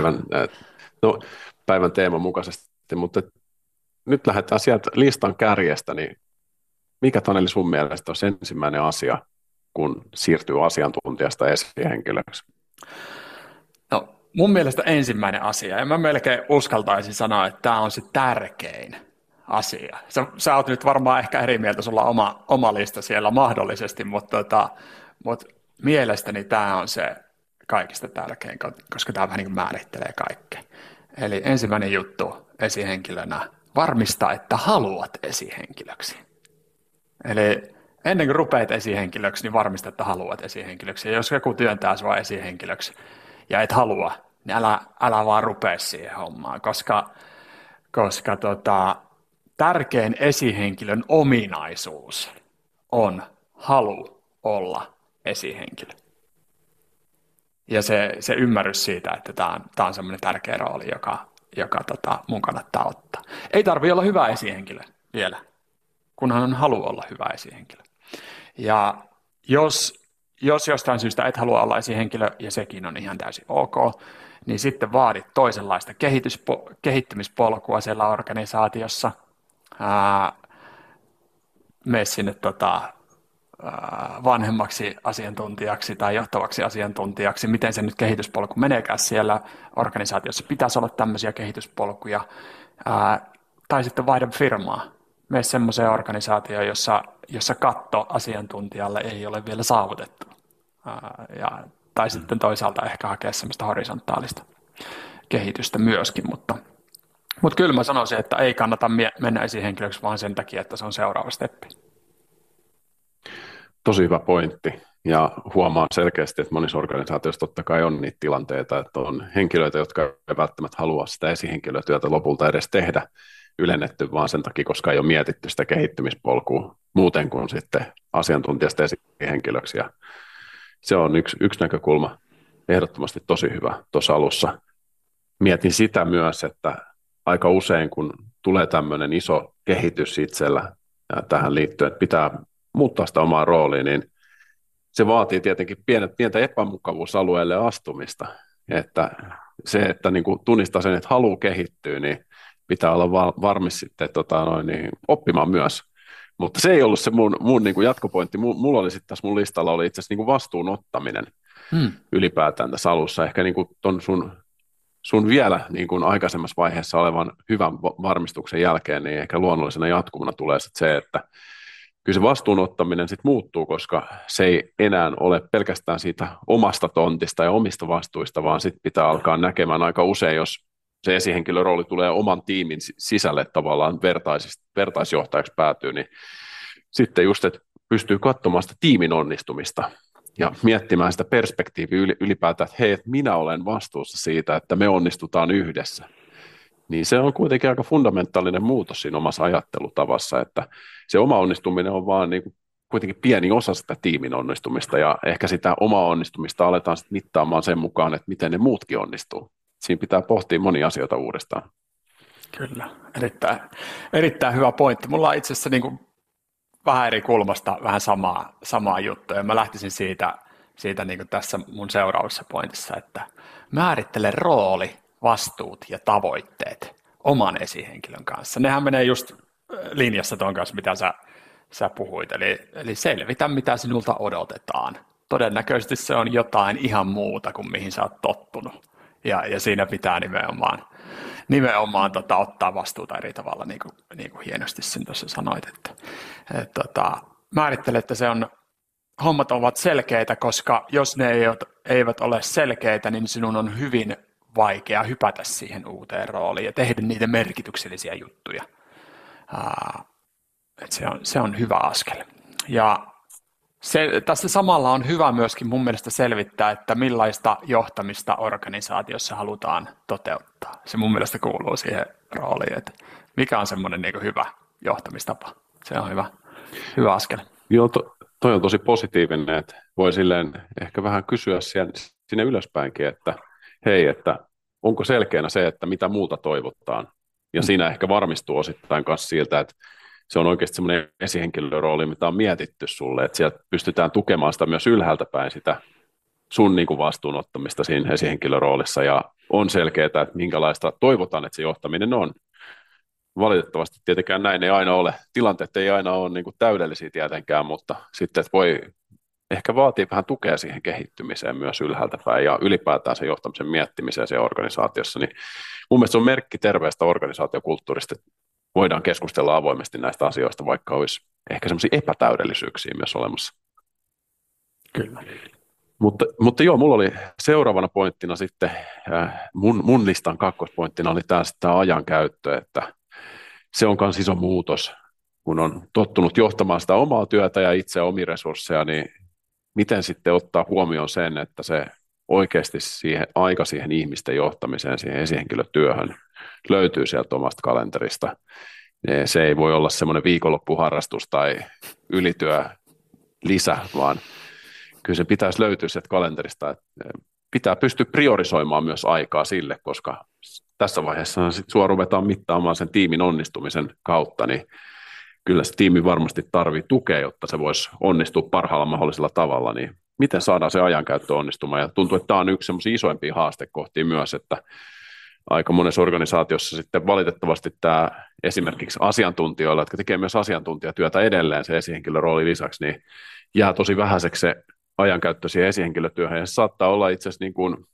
Päivän teeman mukaisesti, mutta nyt lähdetään sieltä listan kärjestä, niin mikä Taneli sun mielestä olisi ensimmäinen asia, kun siirtyy asiantuntijasta esihenkilöksi? No, mun mielestä ensimmäinen asia, ja mä melkein uskaltaisin sanoa, että tämä on se tärkein asia. Sä oot nyt varmaan ehkä eri mieltä, sulla on oma lista siellä mahdollisesti, mutta mielestäni tämä on se kaikista tärkein, koska tämä vähän niin kuin määrittelee kaikkea. Eli ensimmäinen juttu esihenkilönä, varmista, että haluat esihenkilöksi. Eli ennen kuin rupeat esihenkilöksi, niin varmista, että haluat esihenkilöksi. Ja jos joku työntää sinua esihenkilöksi ja et halua, niin älä vaan rupea siihen hommaan, koska tärkein esihenkilön ominaisuus on halu olla esihenkilö. Ja se ymmärrys siitä, että tämä on semmoinen tärkeä rooli, joka mun kannattaa ottaa. Ei tarvitse olla hyvä esihenkilö vielä, kunhan on halu olla hyvä esihenkilö. Ja jos jostain syystä et halua olla esihenkilö, ja sekin on ihan täysin ok, niin sitten vaadit toisenlaista kehittymispolkua siellä organisaatiossa. Mene sinne vanhemmaksi asiantuntijaksi tai johtavaksi asiantuntijaksi, miten se nyt kehityspolku meneekään siellä organisaatiossa. Pitäisi olla tämmöisiä kehityspolkuja. Tai sitten vaihda firmaa. Mene semmoiseen organisaatioon, jossa katto asiantuntijalle ei ole vielä saavutettu. Tai sitten toisaalta ehkä hakea semmoista horisontaalista kehitystä myöskin, mutta kyllä mä sanoisin, että ei kannata mennä esihenkilöksi vaan sen takia, että se on seuraava steppi. Tosi hyvä pointti, ja huomaan selkeästi, että monissa organisaatioissa totta kai on niitä tilanteita, että on henkilöitä, jotka ei välttämättä halua sitä esihenkilötyötä lopulta edes tehdä ylennetty vaan sen takia, koska ei ole mietitty sitä kehittymispolkua muuten kuin sitten asiantuntijasta esihenkilöksi, ja se on yksi näkökulma ehdottomasti tosi hyvä tuossa alussa. Mietin sitä myös, että aika usein kun tulee tämmöinen iso kehitys itsellä tähän liittyen, että pitää muuttaa sitä omaa roolia, niin se vaatii tietenkin pientä epämukavuusalueelle astumista. Että se, että niin kuin tunnistaa sen, että haluaa kehittyä, niin pitää olla varmis sitten oppimaan myös. Mutta se ei ollut se mun niin kuin jatkopointti. Mulla oli sitten tässä mun listalla oli itse asiassa niin kuin vastuun ottaminen ylipäätään tässä alussa. Ehkä niin kuin ton sun vielä niin kuin aikaisemmassa vaiheessa olevan hyvän varmistuksen jälkeen, niin ehkä luonnollisena jatkumana tulee sitten se, että kyllä se vastuunottaminen sitten muuttuu, koska se ei enää ole pelkästään siitä omasta tontista ja omista vastuista, vaan sitten pitää alkaa näkemään aika usein, jos se esihenkilörooli tulee oman tiimin sisälle tavallaan vertaisjohtajaksi päätyy, niin sitten just, että pystyy katsomaan sitä tiimin onnistumista ja miettimään sitä perspektiiviä ylipäätään, että hei, että minä olen vastuussa siitä, että me onnistutaan yhdessä. Niin se on kuitenkin aika fundamentaalinen muutos siinä omassa ajattelutavassa, että se oma onnistuminen on vaan niin kuin kuitenkin pieni osa sitä tiimin onnistumista, ja ehkä sitä omaa onnistumista aletaan sitten mittaamaan sen mukaan, että miten ne muutkin onnistuu. Siinä pitää pohtia monia asioita uudestaan. Kyllä, erittäin hyvä pointti. Mulla on itse asiassa niin kuin vähän eri kulmasta vähän samaa juttua, ja mä lähtisin siitä niin kuin tässä mun seuraavassa pointissa, että määrittele rooli, vastuut ja tavoitteet oman esihenkilön kanssa. Nehän menee just linjassa ton kanssa, mitä sä puhuit, eli selvitä, mitä sinulta odotetaan. Todennäköisesti se on jotain ihan muuta kuin mihin sä oot tottunut, ja siinä pitää nimenomaan ottaa vastuuta eri tavalla, niin kuin hienosti sen tuossa sanoit, että määrittele, että hommat ovat selkeitä, koska jos ne eivät ole selkeitä, niin sinun on hyvin vaikea hypätä siihen uuteen rooliin ja tehdä niitä merkityksellisiä juttuja. Se on hyvä askel. Ja tässä samalla on hyvä myöskin mun mielestä selvittää, että millaista johtamista organisaatiossa halutaan toteuttaa. Se mun mielestä kuuluu siihen rooliin, että mikä on semmoinen niin kuin hyvä johtamistapa. Se on hyvä askel. Joo, toi on tosi positiivinen, että voi silleen ehkä vähän kysyä sinne ylöspäinkin, että hei, että onko selkeänä se, että mitä muuta toivotaan. Ja siinä ehkä varmistuu osittain myös siltä, että se on oikeasti semmoinen esihenkilörooli, mitä on mietitty sulle, että sieltä pystytään tukemaan sitä myös ylhäältä päin sitä sun niin kuin vastuunottamista siinä esihenkilöroolissa, ja on selkeää, että minkälaista toivotaan, että se johtaminen on. Valitettavasti tietenkään näin ei aina ole. Tilanteet ei aina ole niin kuin täydellisiä tietenkään, mutta sitten että voi ehkä vaatii vähän tukea siihen kehittymiseen myös ylhäältä päin ja ylipäätään sen johtamisen miettimiseen siellä organisaatiossa. Niin mun mielestä se on merkki terveestä organisaatiokulttuurista, että voidaan keskustella avoimesti näistä asioista, vaikka olisi ehkä semmoisia epätäydellisyyksiä myös olemassa. Kyllä. Mutta joo, mulla oli seuraavana pointtina sitten, mun listan kakkospointtina oli tämä ajankäyttö, että se on myös iso muutos, kun on tottunut johtamaan sitä omaa työtä ja itse omia resursseja, niin miten sitten ottaa huomioon sen, että se oikeasti siihen ihmisten johtamiseen, siihen esihenkilötyöhön löytyy sieltä omasta kalenterista. Se ei voi olla semmoinen viikonloppuharrastus tai ylityö lisä, vaan kyllä se pitäisi löytyä sieltä kalenterista. Että pitää pystyä priorisoimaan myös aikaa sille, koska tässä vaiheessa sit sua ruvetaan mittaamaan sen tiimin onnistumisen kautta, niin kyllä se tiimi varmasti tarvitsee tukea, jotta se voisi onnistua parhaalla mahdollisella tavalla, niin miten saadaan se ajankäyttö onnistumaan, ja tuntuu, että tämä on yksi semmoisia isoimpia haastekohtia myös, että aika monessa organisaatiossa sitten valitettavasti tämä esimerkiksi asiantuntijoilla, jotka tekee myös asiantuntijatyötä edelleen se esihenkilörooli lisäksi, niin jää tosi vähäiseksi se ajankäyttö siihen esihenkilötyöhön, ja se saattaa olla itse asiassa niin kuin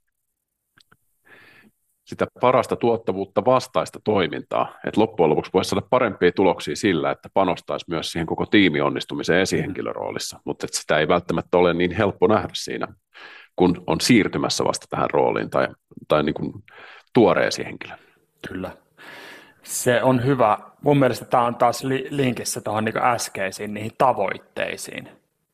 sitä parasta tuottavuutta vastaista toimintaa, että loppujen lopuksi voisi saada parempia tuloksia sillä, että panostaisi myös siihen koko tiimin onnistumiseen esihenkilöroolissa, mutta että sitä ei välttämättä ole niin helppo nähdä siinä, kun on siirtymässä vasta tähän rooliin tai niin kuin tuore esihenkilö. Kyllä. Se on hyvä. Mun mielestä tämä on taas linkissä tuohon niin äskeisiin niihin tavoitteisiin.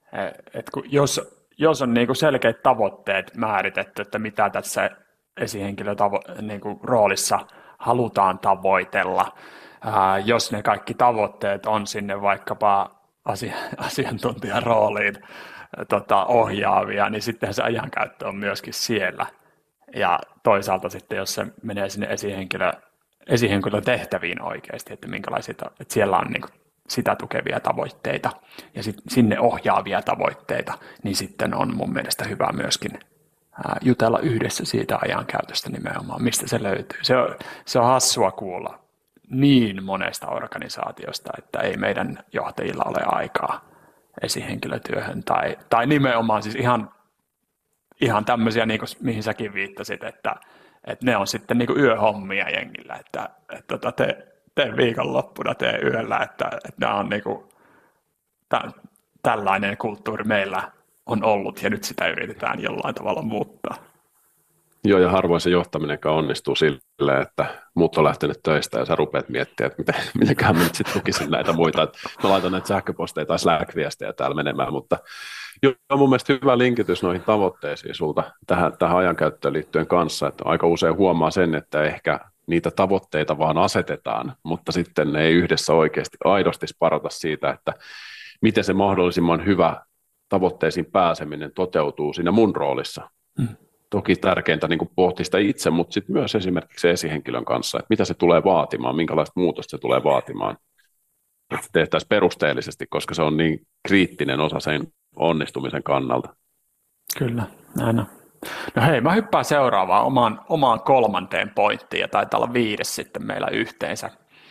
Jos on niin kuin selkeät tavoitteet määritetty, että mitä tässä niin kuin roolissa halutaan tavoitella, jos ne kaikki tavoitteet on sinne vaikkapa asiantuntijan rooliin ohjaavia, niin sitten se ajankäyttö on myöskin siellä. Ja toisaalta sitten, jos se menee sinne esihenkilötehtäviin oikeasti, että että siellä on niin kuin sitä tukevia tavoitteita ja sinne ohjaavia tavoitteita, niin sitten on mun mielestä hyvä myöskin jutella yhdessä siitä ajankäytöstä nimenomaan, mistä se löytyy. Se on hassua kuulla niin monesta organisaatiosta, että ei meidän johtajilla ole aikaa esihenkilötyöhön tai nimenomaan siis ihan tämmöisiä, niin kuin, mihin säkin viittasit, että ne on sitten niin kuin yöhommia jengillä, että tee viikonloppuna, tee yöllä, että nämä on niin kuin, tällainen kulttuuri meillä on ollut ja nyt sitä yritetään jollain tavalla muuttaa. Joo, ja harvoin se johtaminenkaan onnistuu sillä, silleen, että muut on lähtenyt töistä ja sä rupeat miettimään, että mitenköhän mä nyt sitten tukisin näitä muita. Että mä laitan näitä sähköposteja tai Slack-viestejä täällä menemään, mutta on mun mielestä hyvä linkitys noihin tavoitteisiin sulta tähän ajankäyttöön liittyen kanssa, että aika usein huomaa sen, että ehkä niitä tavoitteita vaan asetetaan, mutta sitten ne ei yhdessä oikeasti aidosti sparata siitä, että miten se mahdollisimman hyvä tavoitteisiin pääseminen toteutuu siinä mun roolissa. Toki tärkeintä niin pohtia sitä itse, mutta sitten myös esimerkiksi esihenkilön kanssa, että mitä se tulee vaatimaan, minkälaista muutosta se tulee vaatimaan. Että se tehtäisiin perusteellisesti, koska se on niin kriittinen osa sen onnistumisen kannalta. Kyllä, näin on. No hei, mä hyppään seuraavaan omaan kolmanteen pointtiin, ja taitaa olla 5 sitten meillä yhteensä.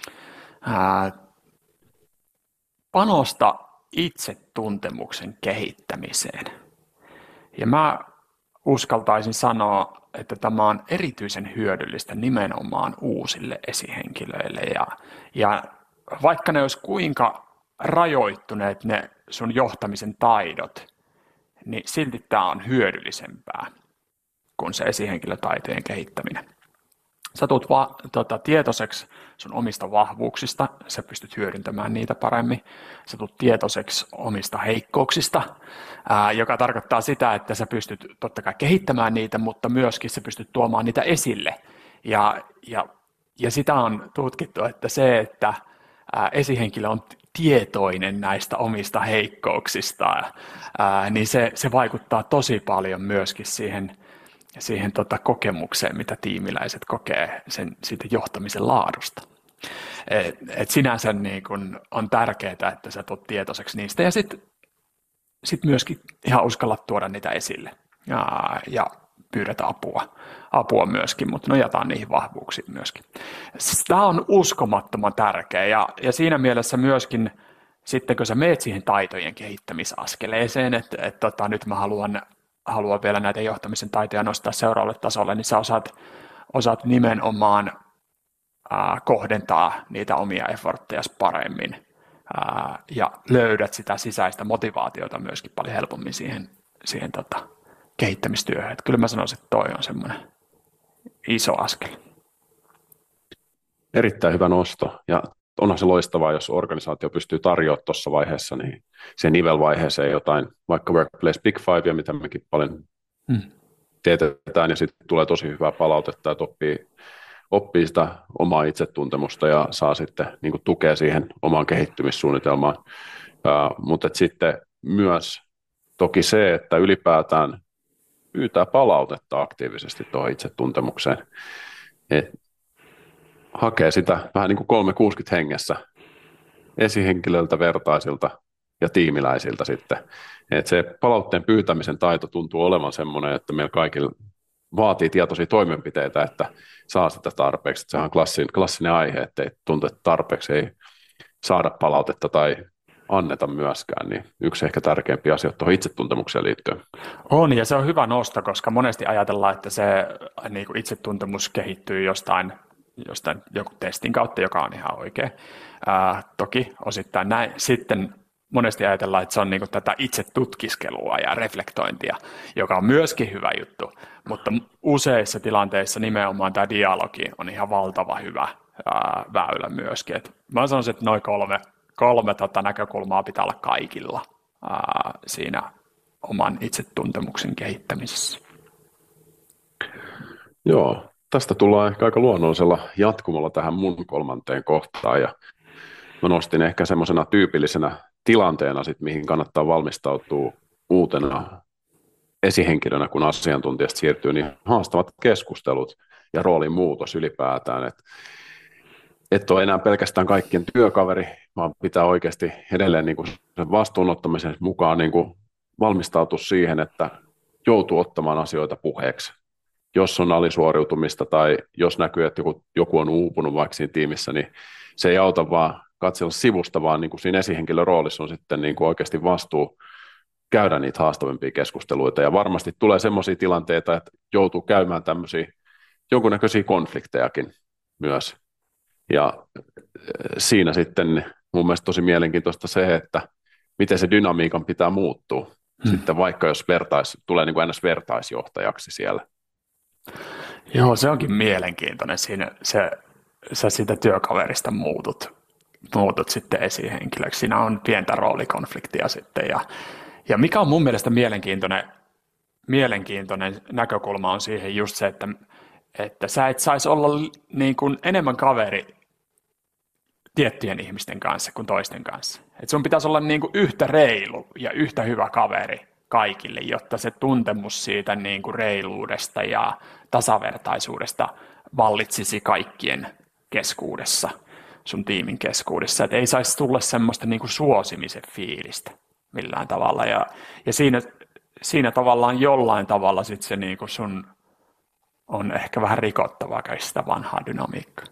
Panosta itsetuntemuksen kehittämiseen. Ja mä uskaltaisin sanoa, että tämä on erityisen hyödyllistä nimenomaan uusille esihenkilöille. Ja vaikka ne olisi kuinka rajoittuneet ne sun johtamisen taidot, niin silti tämä on hyödyllisempää kuin se esihenkilötaitojen kehittäminen. Sä tulet tietoiseksi sun omista vahvuuksista, sä pystyt hyödyntämään niitä paremmin. Sä tulet tietoiseksi omista heikkouksista, joka tarkoittaa sitä, että sä pystyt totta kai kehittämään niitä, mutta myöskin sä pystyt tuomaan niitä esille. Ja sitä on tutkittu, että se, että esihenkilö on tietoinen näistä omista heikkouksista, niin se vaikuttaa tosi paljon myöskin siihen kokemukseen, mitä tiimiläiset kokee siitä johtamisen laadusta. Et sinänsä niin kun on tärkeää, että sä tulet tietoiseksi niistä ja sit myöskin ihan uskalla tuoda niitä esille ja pyydät apua myöskin, mutta nojataan niihin vahvuuksiin myöskin. Siis tämä on uskomattoman tärkeä ja siinä mielessä myöskin sitten kun sä meet siihen taitojen kehittämisaskeleeseen, että nyt mä haluan vielä näitä johtamisen taitoja nostaa seuraavalle tasolle, niin sä osaat nimenomaan kohdentaa niitä omia effortteja paremmin ja löydät sitä sisäistä motivaatiota myöskin paljon helpommin siihen kehittämistyöhön. Että kyllä mä sanoisin, että toi on semmoinen iso askel. Erittäin hyvä nosto ja onhan se loistavaa, jos organisaatio pystyy tarjoamaan tuossa vaiheessa niin siihen nivelvaiheeseen jotain, vaikka Workplace Big Five, mitä mekin paljon teetetään, ja sitten tulee tosi hyvää palautetta, että oppii sitä omaa itsetuntemusta ja saa sitten niin kuin tukea siihen omaan kehittymissuunnitelmaan. Mutta sitten myös toki se, että ylipäätään pyytää palautetta aktiivisesti tuohon itsetuntemukseen. Hakee sitä vähän niin kuin 360 hengessä esihenkilöltä, vertaisilta ja tiimiläisiltä sitten. Et se palautteen pyytämisen taito tuntuu olevan semmoinen, että meillä kaikilla vaatii tietoisia toimenpiteitä, että saa sitä tarpeeksi. Se on klassinen aihe, että ei tuntu, että tarpeeksi ei saada palautetta tai anneta myöskään, niin yksi ehkä tärkeimpiä asioita tuohon itsetuntemukseen liittyen. On, ja se on hyvä nosto, koska monesti ajatellaan, että se niin kuin itsetuntemus kehittyy jostain joku testin kautta, joka on ihan oikein. Toki osittain näin. Sitten monesti ajatellaan, että se on niin kuin tätä itsetutkiskelua ja reflektointia, joka on myöskin hyvä juttu, mutta useissa tilanteissa nimenomaan tämä dialogi on ihan valtava hyvä väylä myöskin. Et mä sanoisin, että noin kolme näkökulmaa pitää olla kaikilla siinä oman itsetuntemuksen kehittämisessä. Joo, tästä tullaan ehkä aika luonnollisella jatkumolla tähän mun kolmanteen kohtaan, ja mä nostin ehkä semmoisena tyypillisenä tilanteena, mihin kannattaa valmistautua uutena esihenkilönä, kun asiantuntijasta siirtyy, niin haastavat keskustelut ja roolin muutos ylipäätään. Et ole enää pelkästään kaikkien työkaveri, vaan pitää oikeasti edelleen niin kuin sen vastuunottamisen mukaan niin kuin valmistautua siihen, että joutuu ottamaan asioita puheeksi. Jos on alisuoriutumista tai jos näkyy, että joku on uupunut vaikka siinä tiimissä, niin se ei auta vaan katsella sivusta, vaan niin kuin siinä esihenkilön roolissa on sitten niin kuin oikeasti vastuu käydä niitä haastavimpia keskusteluita. Ja varmasti tulee semmoisia tilanteita, että joutuu käymään tämmöisiä jonkunnäköisiä konfliktejakin myös. Ja siinä sitten mun mielestä tosi mielenkiintoista se, että miten se dynamiikan pitää muuttua. Sitten vaikka jos tulee niin kuin ns. Vertaisjohtajaksi siellä. Joo, se onkin mielenkiintoinen. Siinä sä siitä työkaverista muutut sitten esihenkilöksi. Siinä on pientä roolikonfliktia sitten. Ja mikä on mun mielestä mielenkiintoinen näkökulma on siihen just se, että sä et saisi olla niin kuin enemmän kaveri tiettyjen ihmisten kanssa kuin toisten kanssa. Et sun pitäisi olla niin kuin yhtä reilu ja yhtä hyvä kaveri kaikille, jotta se tuntemus siitä niin kuin reiluudesta ja tasavertaisuudesta vallitsisi kaikkien keskuudessa, sun tiimin keskuudessa. Et ei saisi tulla semmoista niin kuin suosimisen fiilistä millään tavalla. Ja siinä tavallaan jollain tavalla sit se niin kuin sun on ehkä vähän rikottavaa sitä vanhaa dynamiikkaa.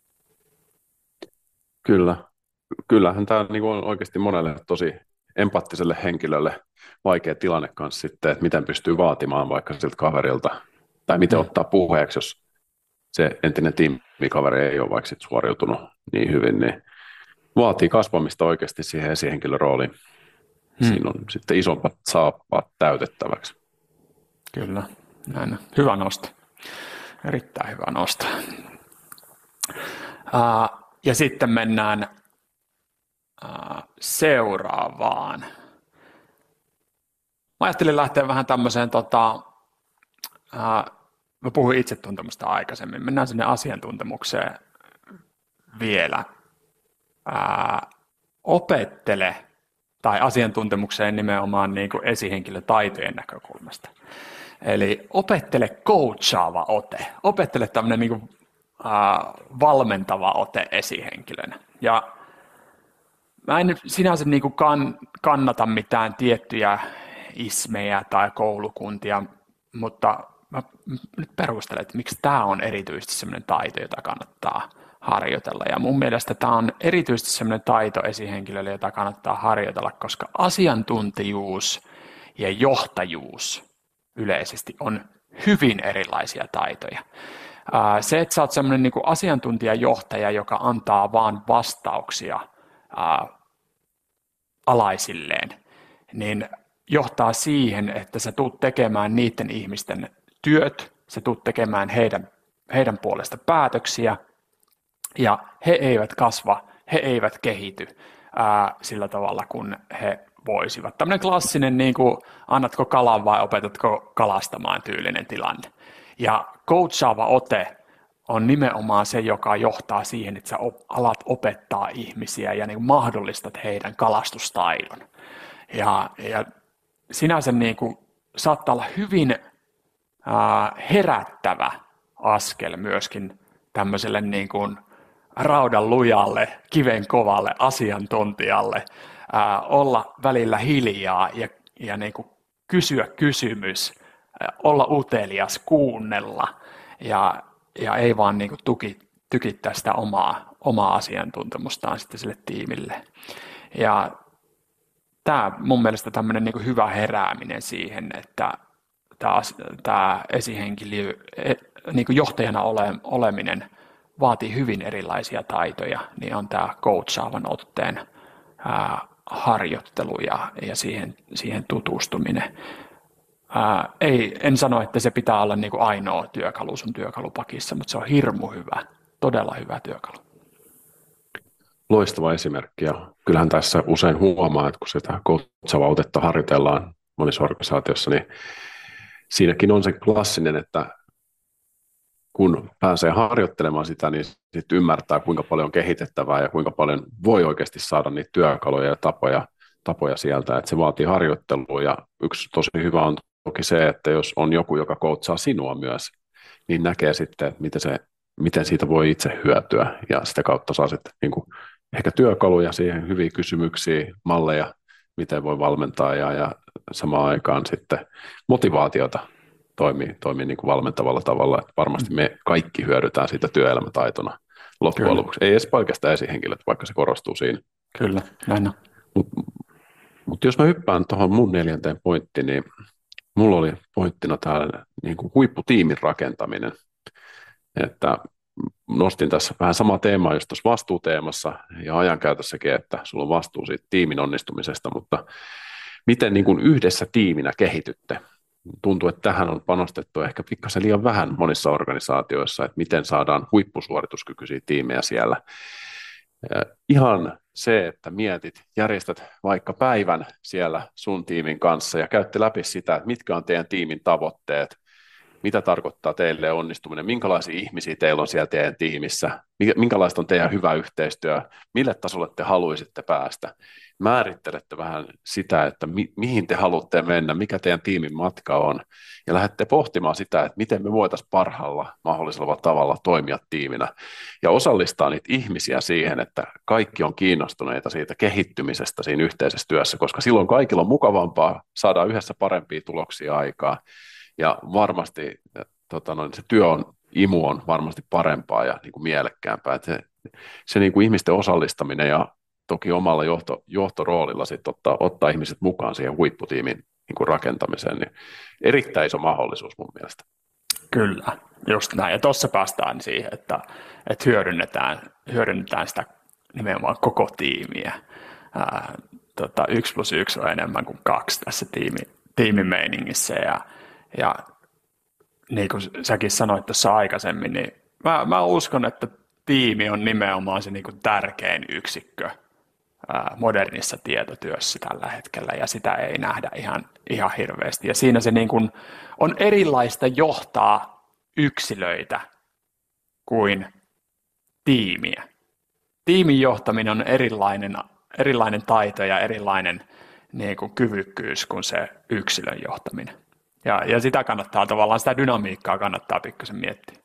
Kyllä. Kyllähän tämä niin on oikeasti monelle tosi empaattiselle henkilölle vaikea tilanne kanssa sitten, että miten pystyy vaatimaan vaikka siltä kaverilta, tai miten ottaa puheeksi, jos se entinen tiimikaveri ei ole vaikka sit suoriutunut niin hyvin, niin vaatii kasvamista oikeasti siihen esihenkilön rooliin. Siinä on sitten isompat saappaat täytettäväksi. Kyllä, näin. Hyvä nosto. Erittäin hyvä nosto. Ja sitten mennään seuraavaan. Mä ajattelin lähteä vähän tämmöiseen, mä puhuin itsetuntemusta aikaisemmin, mennään sinne asiantuntemukseen vielä. Opettele, tai asiantuntemukseen nimenomaan niin kuin esihenkilötaitojen näkökulmasta. Eli opettele coachaava ote, opettele tämmöinen niin kuin, valmentava ote esihenkilönä. Ja mä en sinänsä niin kuin kannata mitään tiettyjä ismejä tai koulukuntia, mutta mä nyt perustelen, että miksi tämä on erityisesti sellainen taito, jota kannattaa harjoitella. Ja mun mielestä tämä on erityisesti sellainen taito esihenkilölle, jota kannattaa harjoitella, koska asiantuntijuus ja johtajuus yleisesti on hyvin erilaisia taitoja. Se, että sä oot sellainen niin kuin asiantuntijajohtaja, joka antaa vaan vastauksia alaisilleen, niin johtaa siihen, että sä tuut tekemään niiden ihmisten työt, sä tuut tekemään heidän puolesta päätöksiä, ja he eivät kasva, he eivät kehity sillä tavalla, kun he voisivat. Tämmöinen klassinen, niin kuin, annatko kalan vai opetatko kalastamaan tyylinen tilanne. Ja coachaava ote on nimenomaan se, joka johtaa siihen, että sä alat opettaa ihmisiä ja niin kuin mahdollistat heidän kalastustaidon. Ja sinänsä niin kuin, saattaa olla hyvin herättävä askel myöskin tämmöiselle niin kuin raudan lujalle, kiven kovalle asiantuntijalle, olla välillä hiljaa ja niin kuin kysyä kysymys, olla utelias, kuunnella ja ei vaan niin kuin tykittää sitä omaa asiantuntemustaan sitten sille tiimille. Ja tämä mun mielestä tämmöinen niin kuin hyvä herääminen siihen, että tämä esihenkilö, niin kuin johtajana oleminen vaatii hyvin erilaisia taitoja, niin on tämä coachaavan otteen harjoittelu ja siihen tutustuminen. En sano, että se pitää olla niin kuin ainoa työkalu sun työkalupakissa, mutta se on hirmu hyvä, todella hyvä työkalu. Loistava esimerkki, ja kyllähän tässä usein huomaa, että kun sitä coachaavaa otetta harjoitellaan monissa organisaatioissa, niin siinäkin on se klassinen, että kun pääsee harjoittelemaan sitä, niin sitten ymmärtää, kuinka paljon on kehitettävää ja kuinka paljon voi oikeasti saada niitä työkaluja ja tapoja sieltä, että se vaatii harjoittelua. Ja yksi tosi hyvä on toki se, että jos on joku, joka coachaa sinua myös, niin näkee sitten, että miten siitä voi itse hyötyä, ja sitä kautta saa sitten niin kuin ehkä työkaluja siihen, hyviä kysymyksiä, malleja, miten voi valmentaa, ja samaan aikaan sitten motivaatiota toimii niin kuin valmentavalla tavalla, että varmasti me kaikki hyödytään siitä työelämätaitona loppujen lopuksi. Ei edes pelkästään esihenkilöt, vaikka se korostuu siinä. Kyllä, näin on. Mutta jos mä hyppään tuohon mun 4. pointtiin, niin mulla oli pointtina täällä niin kuin huipputiimin rakentaminen. Että nostin tässä vähän samaa teemaa just tuossa vastuuteemassa ja ajankäytössäkin, että sulla on vastuu siitä tiimin onnistumisesta, mutta miten niin kuin yhdessä tiiminä kehitytte? tuntuu, että tähän on panostettu ehkä pikkasen liian vähän monissa organisaatioissa, että miten saadaan huippusuorituskykyisiä tiimejä siellä. Ihan se, että mietit, järjestät vaikka päivän siellä sun tiimin kanssa ja käytte läpi sitä, että mitkä on teidän tiimin tavoitteet, mitä tarkoittaa teille onnistuminen, minkälaisia ihmisiä teillä on siellä teidän tiimissä, minkälaista on teidän hyvä yhteistyö, mille tasolle te haluaisitte päästä. Määrittelette vähän sitä, että mihin te haluatte mennä, mikä teidän tiimin matka on, ja lähdette pohtimaan sitä, että miten me voitaisiin parhaalla mahdollisella tavalla toimia tiiminä, ja osallistaa niitä ihmisiä siihen, että kaikki on kiinnostuneita siitä kehittymisestä siinä yhteisessä työssä, koska silloin kaikilla on mukavampaa, saadaan yhdessä parempia tuloksia aikaa, ja varmasti se imu on varmasti parempaa ja niin kuin mielekkäämpää. Että se niin kuin ihmisten osallistaminen ja toki omalla johtoroolilla sit ottaa ihmiset mukaan siihen huipputiimin niin kuin rakentamiseen, niin erittäin iso mahdollisuus mun mielestä. Kyllä, just näin. Ja tuossa päästään siihen, että hyödynnetään sitä nimenomaan koko tiimiä. 1+1 on enemmän kuin 2 tässä tiimimeiningissä. Ja niin kuin säkin sanoit tuossa aikaisemmin, niin mä uskon, että tiimi on nimenomaan se niin kuin tärkein yksikkö modernissa tietotyössä tällä hetkellä, ja sitä ei nähdä ihan hirveästi. Ja siinä se niin kuin on erilaista johtaa yksilöitä kuin tiimiä. Tiimin johtaminen on erilainen taito ja erilainen niin kuin kyvykkyys kuin se yksilön johtaminen. Ja sitä kannattaa tavallaan, sitä dynamiikkaa kannattaa pikkasen miettiä.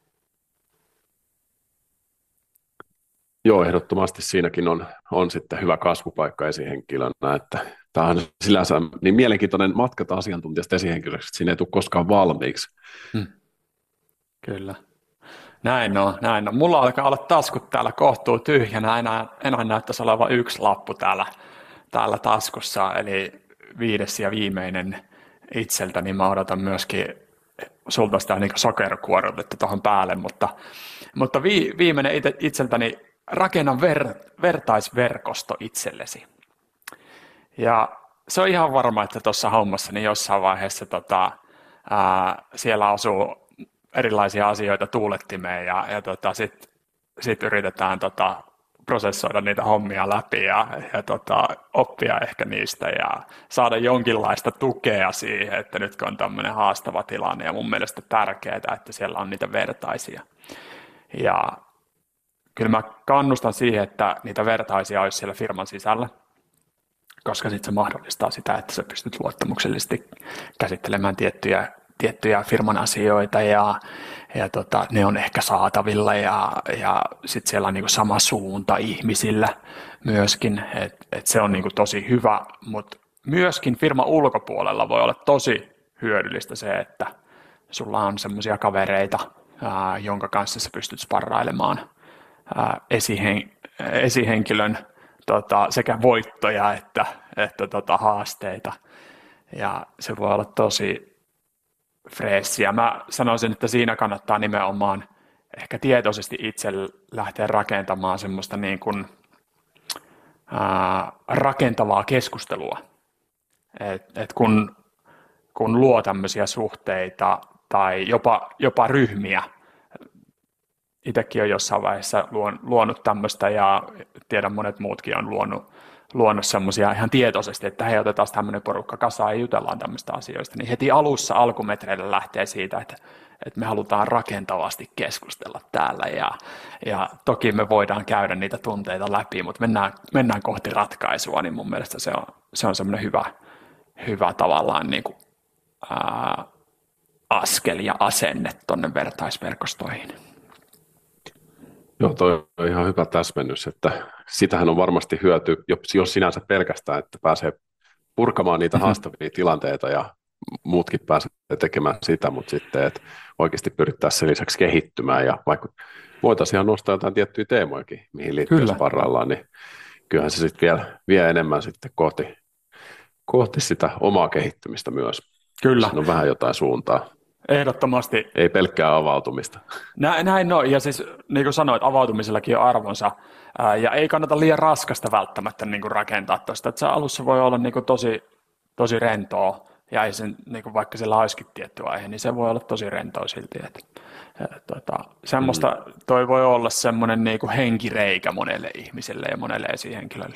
Joo, ehdottomasti siinäkin on sitten hyvä kasvupaikka esihenkilönä, että tämä on sillänsä niin mielenkiintoinen matkata asiantuntijasta esihenkilöksi, että siinä ei tule koskaan valmiiksi. Kyllä. Näin on. Mulla alkaa olla taskut täällä kohtuu tyhjänä, enää näyttäisi olevan yksi lappu täällä taskussa, eli 5. ja viimeinen itseltä, niin mä odotan myöskin sulta sitä niin sokerikuorutetta tuohon päälle, mutta viimeinen itseltäni, rakenna vertaisverkosto itsellesi. Ja se on ihan varma, että tuossa hommassa niin jossain vaiheessa siellä asuu erilaisia asioita tuulettimeen ja sit yritetään prosessoida niitä hommia läpi ja oppia ehkä niistä ja saada jonkinlaista tukea siihen, että nyt kun on tämmöinen haastava tilanne ja mun mielestä tärkeää, että siellä on niitä vertaisia. Ja kyllä mä kannustan siihen, että niitä vertaisia olisi siellä firman sisällä, koska sitten se mahdollistaa sitä, että sä pystyt luottamuksellisesti käsittelemään tiettyjä firman asioita ja ne on ehkä saatavilla ja sitten siellä on niinku sama suunta ihmisillä myöskin, että se on niinku tosi hyvä, mutta myöskin firman ulkopuolella voi olla tosi hyödyllistä se, että sulla on semmoisia kavereita, jonka kanssa sä pystyt sparrailemaan esihenkilön sekä voittoja että haasteita, ja se voi olla tosi freessiä. Mä sanoisin, että siinä kannattaa nimenomaan ehkä tietoisesti itse lähteä rakentamaan semmoista niin kuin, rakentavaa keskustelua. Et kun luo tämmöisiä suhteita tai jopa ryhmiä, itsekin olen jossain vaiheessa luonut tämmöistä ja tiedän monet muutkin on luonut semmoisia ihan tietoisesti, että hei, otetaan tämmöinen porukka kasaan ja jutellaan tämmöistä asioista, niin heti alkumetreillä lähtee siitä, että me halutaan rakentavasti keskustella täällä ja toki me voidaan käydä niitä tunteita läpi, mutta mennään kohti ratkaisua, niin mun mielestä se on semmoinen hyvä tavallaan niin kuin, askel ja asenne tuonne vertaisverkostoihin. Joo, toi on ihan hyvä täsmennys, että sitähän on varmasti hyöty, jos sinänsä pelkästään, että pääsee purkamaan niitä haastavia tilanteita ja muutkin pääsee tekemään sitä, mutta sitten, että oikeasti pyrittäisiin sen lisäksi kehittymään ja vaikka voitaisiin ihan nostaa jotain tiettyjä teemojakin, mihin liittyy sparraillaan, niin kyllähän se sitten vielä vie enemmän sitten kohti sitä omaa kehittymistä myös. Kyllä. Siinä on vähän jotain suuntaa. Ehdottomasti. Ei pelkkää avautumista. Näin on, ja siis niin kuin sanoit, avautumisellakin on arvonsa, ja ei kannata liian raskasta välttämättä niin kuin rakentaa tuosta, että se alussa voi olla niin kuin tosi rentoa ja ei sen, niin kuin vaikka siellä olisikin tietty aihe, niin se voi olla tosi rentoa silti. Mm. Semmoista, toi voi olla semmoinen niin kuin henkireikä monelle ihmiselle ja monelle esihenkilölle.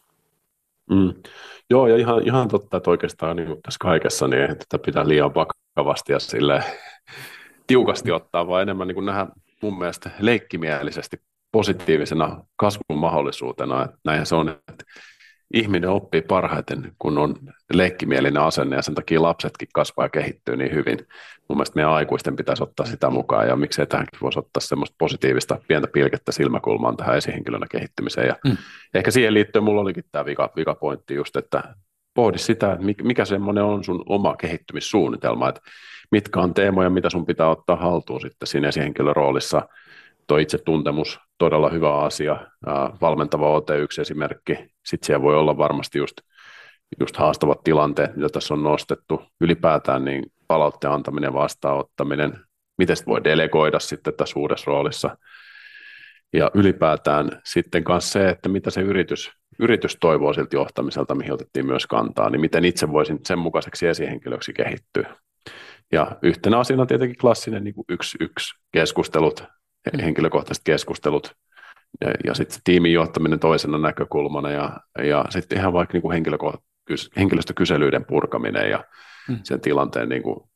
Mm. Joo, ja ihan totta, että oikeastaan niin kuin tässä kaikessa niin ei tätä pitää liian vakavasti ja sille tiukasti ottaa, vaan enemmän niin kuin nähdä mun mielestä leikkimielisesti positiivisena kasvun mahdollisuutena. Että näinhän se on, että ihminen oppii parhaiten, kun on leikkimielinen asenne, ja sen takia lapsetkin kasvaa ja kehittyy niin hyvin. Mun mielestä meidän aikuisten pitäisi ottaa sitä mukaan, ja miksei tähänkin voisi ottaa semmoista positiivista pientä pilkettä silmäkulmaan tähän esihenkilönä kehittymiseen. Ja ehkä siihen liittyen mulla olikin tämä vikapointti just, että pohdi sitä, että mikä semmoinen on sun oma kehittymissuunnitelma, että mitkä on teemoja, mitä sun pitää ottaa haltuun sitten siinä esihenkilön roolissa. Tuo itsetuntemus, todella hyvä asia, valmentava ote yksi esimerkki. Sitten siellä voi olla varmasti just haastavat tilanteet, mitä tässä on nostettu. Ylipäätään niin palautteen antaminen, vastaanottaminen, miten sitä voi delegoida sitten tässä uudessa roolissa. Ja ylipäätään sitten myös se, että mitä se yritys toivoo siltä johtamiselta, mihin otettiin myös kantaa, niin miten itse voisin sen mukaiseksi esihenkilöksi kehittyä. Ja yhtenä asiana tietenkin klassinen niin kuin yksi keskustelut, henkilökohtaiset keskustelut, ja sitten se tiimin johtaminen toisena näkökulmana, ja sitten ihan vaikka niin kuin henkilöstökyselyiden purkaminen ja sen tilanteen niin kuin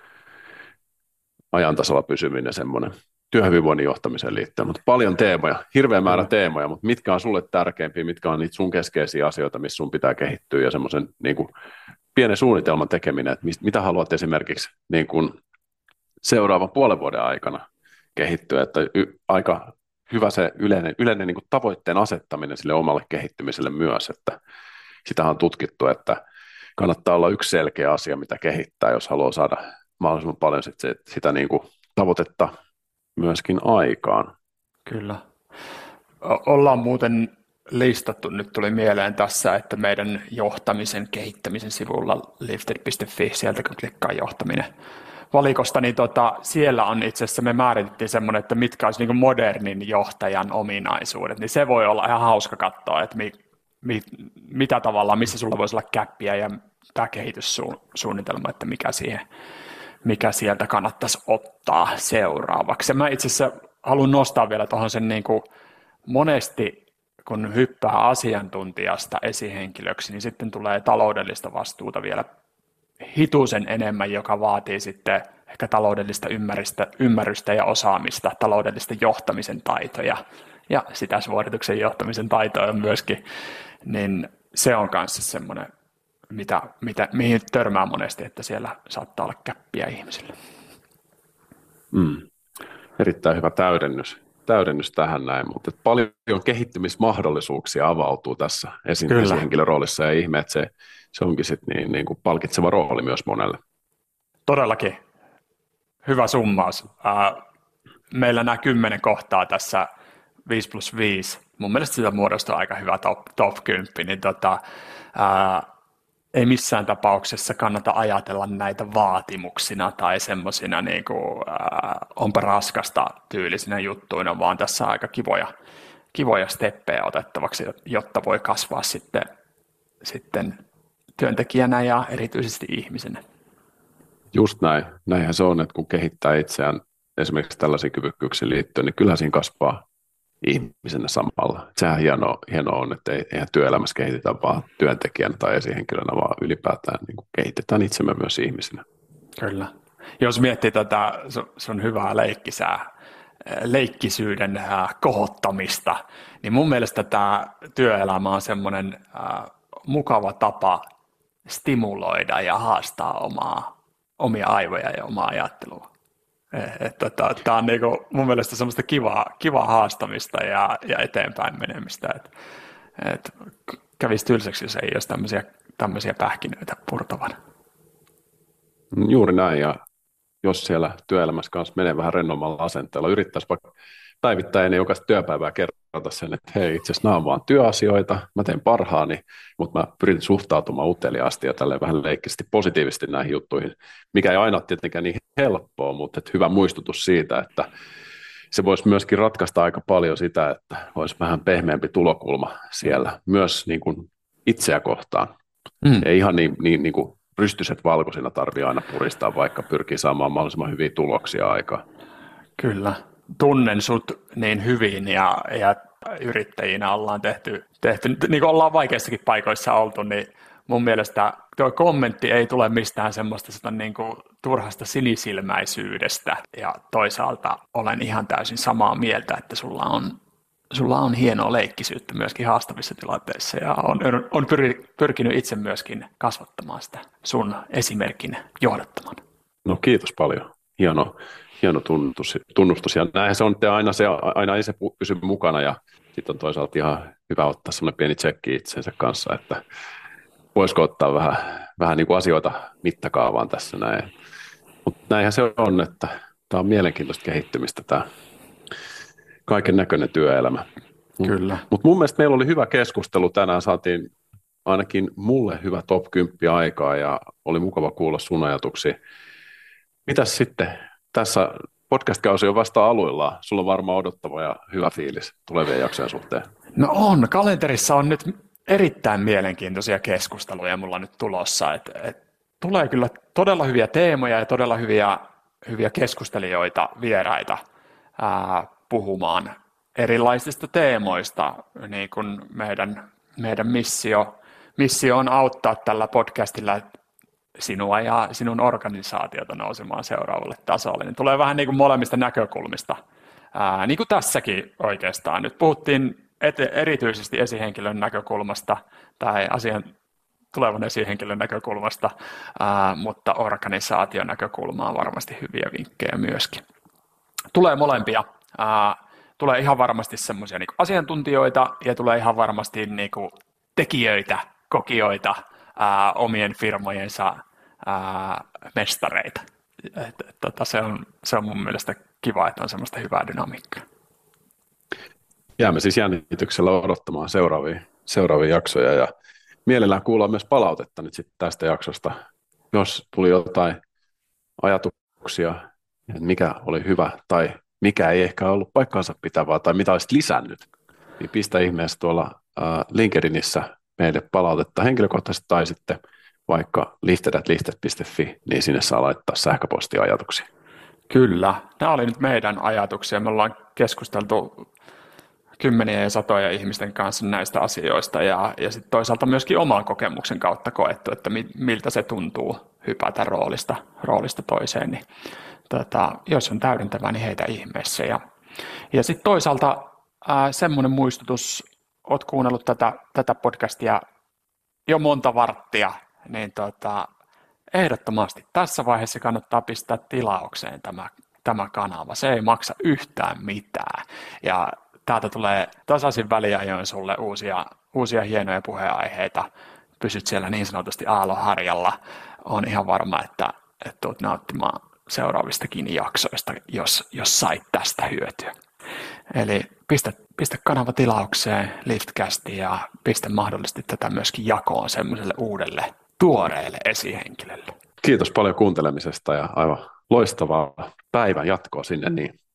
ajantasalla pysyminen, semmoinen työhyvinvoinnin johtamiseen liittyen, mutta paljon teemoja, hirveä määrä teemoja, mutta mitkä on sulle tärkeimpiä, mitkä on niitä sun keskeisiä asioita, missä sun pitää kehittyä, ja semmoisen niin kuin pienen suunnitelman tekeminen, että mitä haluat esimerkiksi niin kuin seuraavan puolen vuoden aikana kehittyä, että aika hyvä se yleinen niin kuin tavoitteen asettaminen sille omalle kehittymiselle myös, että sitähän on tutkittu, että kannattaa olla yksi selkeä asia, mitä kehittää, jos haluaa saada mahdollisimman paljon sitä niin kuin tavoitetta myöskin aikaan. Kyllä. Ollaan muuten listattu, nyt tuli mieleen tässä, että meidän johtamisen kehittämisen sivulla lifted.fi, sieltä kun klikkaa johtaminen valikosta, niin siellä on itse asiassa, me määritettiin semmoinen, että mitkä olisi niin kuin modernin johtajan ominaisuudet, niin se voi olla ihan hauska katsoa, että mitä tavallaan, missä sulla voisi olla käppiä ja tämä kehityssuunnitelma, että mikä sieltä kannattaisi ottaa seuraavaksi. Ja mä itse asiassa haluan nostaa vielä tuohon sen niin kuin monesti, kun hyppää asiantuntijasta esihenkilöksi, niin sitten tulee taloudellista vastuuta vielä hitusen enemmän, joka vaatii sitten ehkä taloudellista ymmärrystä ja osaamista, taloudellista johtamisen taitoja ja sitä suorituksen johtamisen taitoja myöskin, niin se on kanssa semmoinen, mihin törmää monesti, että siellä saattaa olla käppiä ihmisille. Erittäin hyvä täydennys tähän näin, mutta paljon kehittymismahdollisuuksia avautuu tässä esihenkilön roolissa, ja ihme, että se onkin sitten niin kuin palkitseva rooli myös monelle. Todellakin. Hyvä summaus. Meillä nämä 10 kohtaa tässä 5+5, mun mielestä sitä muodostuu aika hyvä top 10, niin ei missään tapauksessa kannata ajatella näitä vaatimuksina tai semmoisina niin onpa raskasta tyylisinä juttuina, vaan tässä on aika kivoja steppejä otettavaksi, jotta voi kasvaa sitten työntekijänä ja erityisesti ihmisenä. Just näin. Näinhän se on, että kun kehittää itseään esimerkiksi tällaisiin kyvykkyyksiin liittyen, niin kyllä siinä kasvaa ihmisenä samalla. Sehän hienoa on, että eihän työelämässä kehitetä vaan työntekijänä tai esihenkilönä, vaan ylipäätään niin kuin kehitetään itsemme myös ihmisinä. Kyllä. Jos miettii tätä sun hyvää leikkisyyden kohottamista, niin mun mielestä tämä työelämä on semmoinen mukava tapa stimuloida ja haastaa omia aivoja ja omaa ajattelua. Tämä on niinku mun mielestä semmoista kivaa haastamista ja eteenpäin menemistä. Et kävisi tylsäksi, jos ei olisi tämmöisiä pähkinöitä purtavana. Juuri näin, ja jos siellä työelämässä kanssa menee vähän rennommalla asenteella, yrittäisi vaikka päivittäin ennen jokaista työpäivää kerrota sen, että hei, itse asiassa nämä on vaan työasioita, mä teen parhaani, mutta mä pyrin suhtautumaan uteliaasti ja tälleen vähän leikkisesti positiivisesti näihin juttuihin, mikä ei aina ole tietenkään niin helppoa, mutta että hyvä muistutus siitä, että se voisi myöskin ratkaista aika paljon sitä, että olisi vähän pehmeämpi tulokulma siellä myös niin kuin itseä kohtaan. Ei ihan niin kuin rystyset valkoisina tarvii aina puristaa, vaikka pyrkii saamaan mahdollisimman hyviä tuloksia aikaan. Kyllä. Tunnen sut niin hyvin ja yrittäjinä ollaan tehty, niin kuin ollaan vaikeissakin paikoissa oltu, niin mun mielestä tuo kommentti ei tule mistään semmoista niin kuin turhasta sinisilmäisyydestä. Ja toisaalta olen ihan täysin samaa mieltä, että sulla on hienoa leikkisyyttä myöskin haastavissa tilanteissa ja on pyrkinyt itse myöskin kasvattamaan sitä sun esimerkin johdattamana. No kiitos paljon. Hieno tunnustus. Ja näinhän se on, että aina ei se pysy mukana ja sitten on toisaalta ihan hyvä ottaa semmoinen pieni tsekki itsensä kanssa, että voisiko ottaa vähän niin kuin asioita mittakaavaan tässä näin. Mutta näinhän se on, että tämä on mielenkiintoista kehittymistä tämä kaiken näköinen työelämä. Kyllä. Mutta mun mielestä meillä oli hyvä keskustelu tänään, saatiin ainakin mulle hyvä top 10 aikaa ja oli mukava kuulla sun ajatuksia. Mitäs sitten tässä podcast-kausi on vasta aluillaan? Sulla on varmaan odottava ja hyvä fiilis tulevien jaksojen suhteen. No on, kalenterissa on nyt erittäin mielenkiintoisia keskusteluja mulla nyt tulossa. Tulee kyllä todella hyviä teemoja ja todella hyviä keskustelijoita, vieraita puhumaan erilaisista teemoista, niin kuin meidän missio on auttaa tällä podcastilla sinua ja sinun organisaatiota nousemaan seuraavalle tasolle. Niin tulee vähän niin kuin molemmista näkökulmista, niin kuin tässäkin oikeastaan. Nyt puhuttiin erityisesti esihenkilön näkökulmasta tai tulevan esihenkilön näkökulmasta, mutta organisaation näkökulmaa varmasti hyviä vinkkejä myöskin. Tulee molempia. Tulee ihan varmasti semmoisia niin asiantuntijoita ja tulee ihan varmasti niin kuin tekijöitä, kokijoita, omien firmojensa mestareita. Se on mun mielestä kiva, että on semmoista hyvää dynamiikkaa. Jäämme siis jännityksellä odottamaan seuraavia jaksoja ja mielellään kuullaan myös palautetta nyt sitten tästä jaksosta. Jos tuli jotain ajatuksia, että mikä oli hyvä tai mikä ei ehkä ollut paikkaansa pitävää tai mitä olisit lisännyt, niin pistä ihmeessä tuolla LinkedInissä meille palautetta henkilökohtaisesti tai sitten vaikka lifted@lifted.fi, niin sinne saa laittaa sähköpostiajatuksia. Kyllä, nämä oli nyt meidän ajatuksia. Me ollaan keskusteltu kymmeniä ja satoja ihmisten kanssa näistä asioista ja sitten toisaalta myöskin oman kokemuksen kautta koettu, että miltä se tuntuu hypätä roolista toiseen. Niin, jos on täydentävää, niin heitä ihmeessä. Ja sitten toisaalta semmoinen muistutus, olet kuunnellut tätä podcastia jo monta varttia, niin ehdottomasti tässä vaiheessa kannattaa pistää tilaukseen tämä kanava. Se ei maksa yhtään mitään. Ja täältä tulee tasaisin väliajoin sulle uusia hienoja puheenaiheita. Pysyt siellä niin sanotusti aallonharjalla. On ihan varma, että tulet nauttimaan seuraavistakin jaksoista, jos sait tästä hyötyä. Eli pistä kanava tilaukseen Liftcastiin ja pistä mahdollisesti tätä myöskin jakoon semmoiselle uudelle tuoreelle esihenkilölle. Kiitos paljon kuuntelemisesta ja aivan loistavaa päivän jatkoa sinne niin.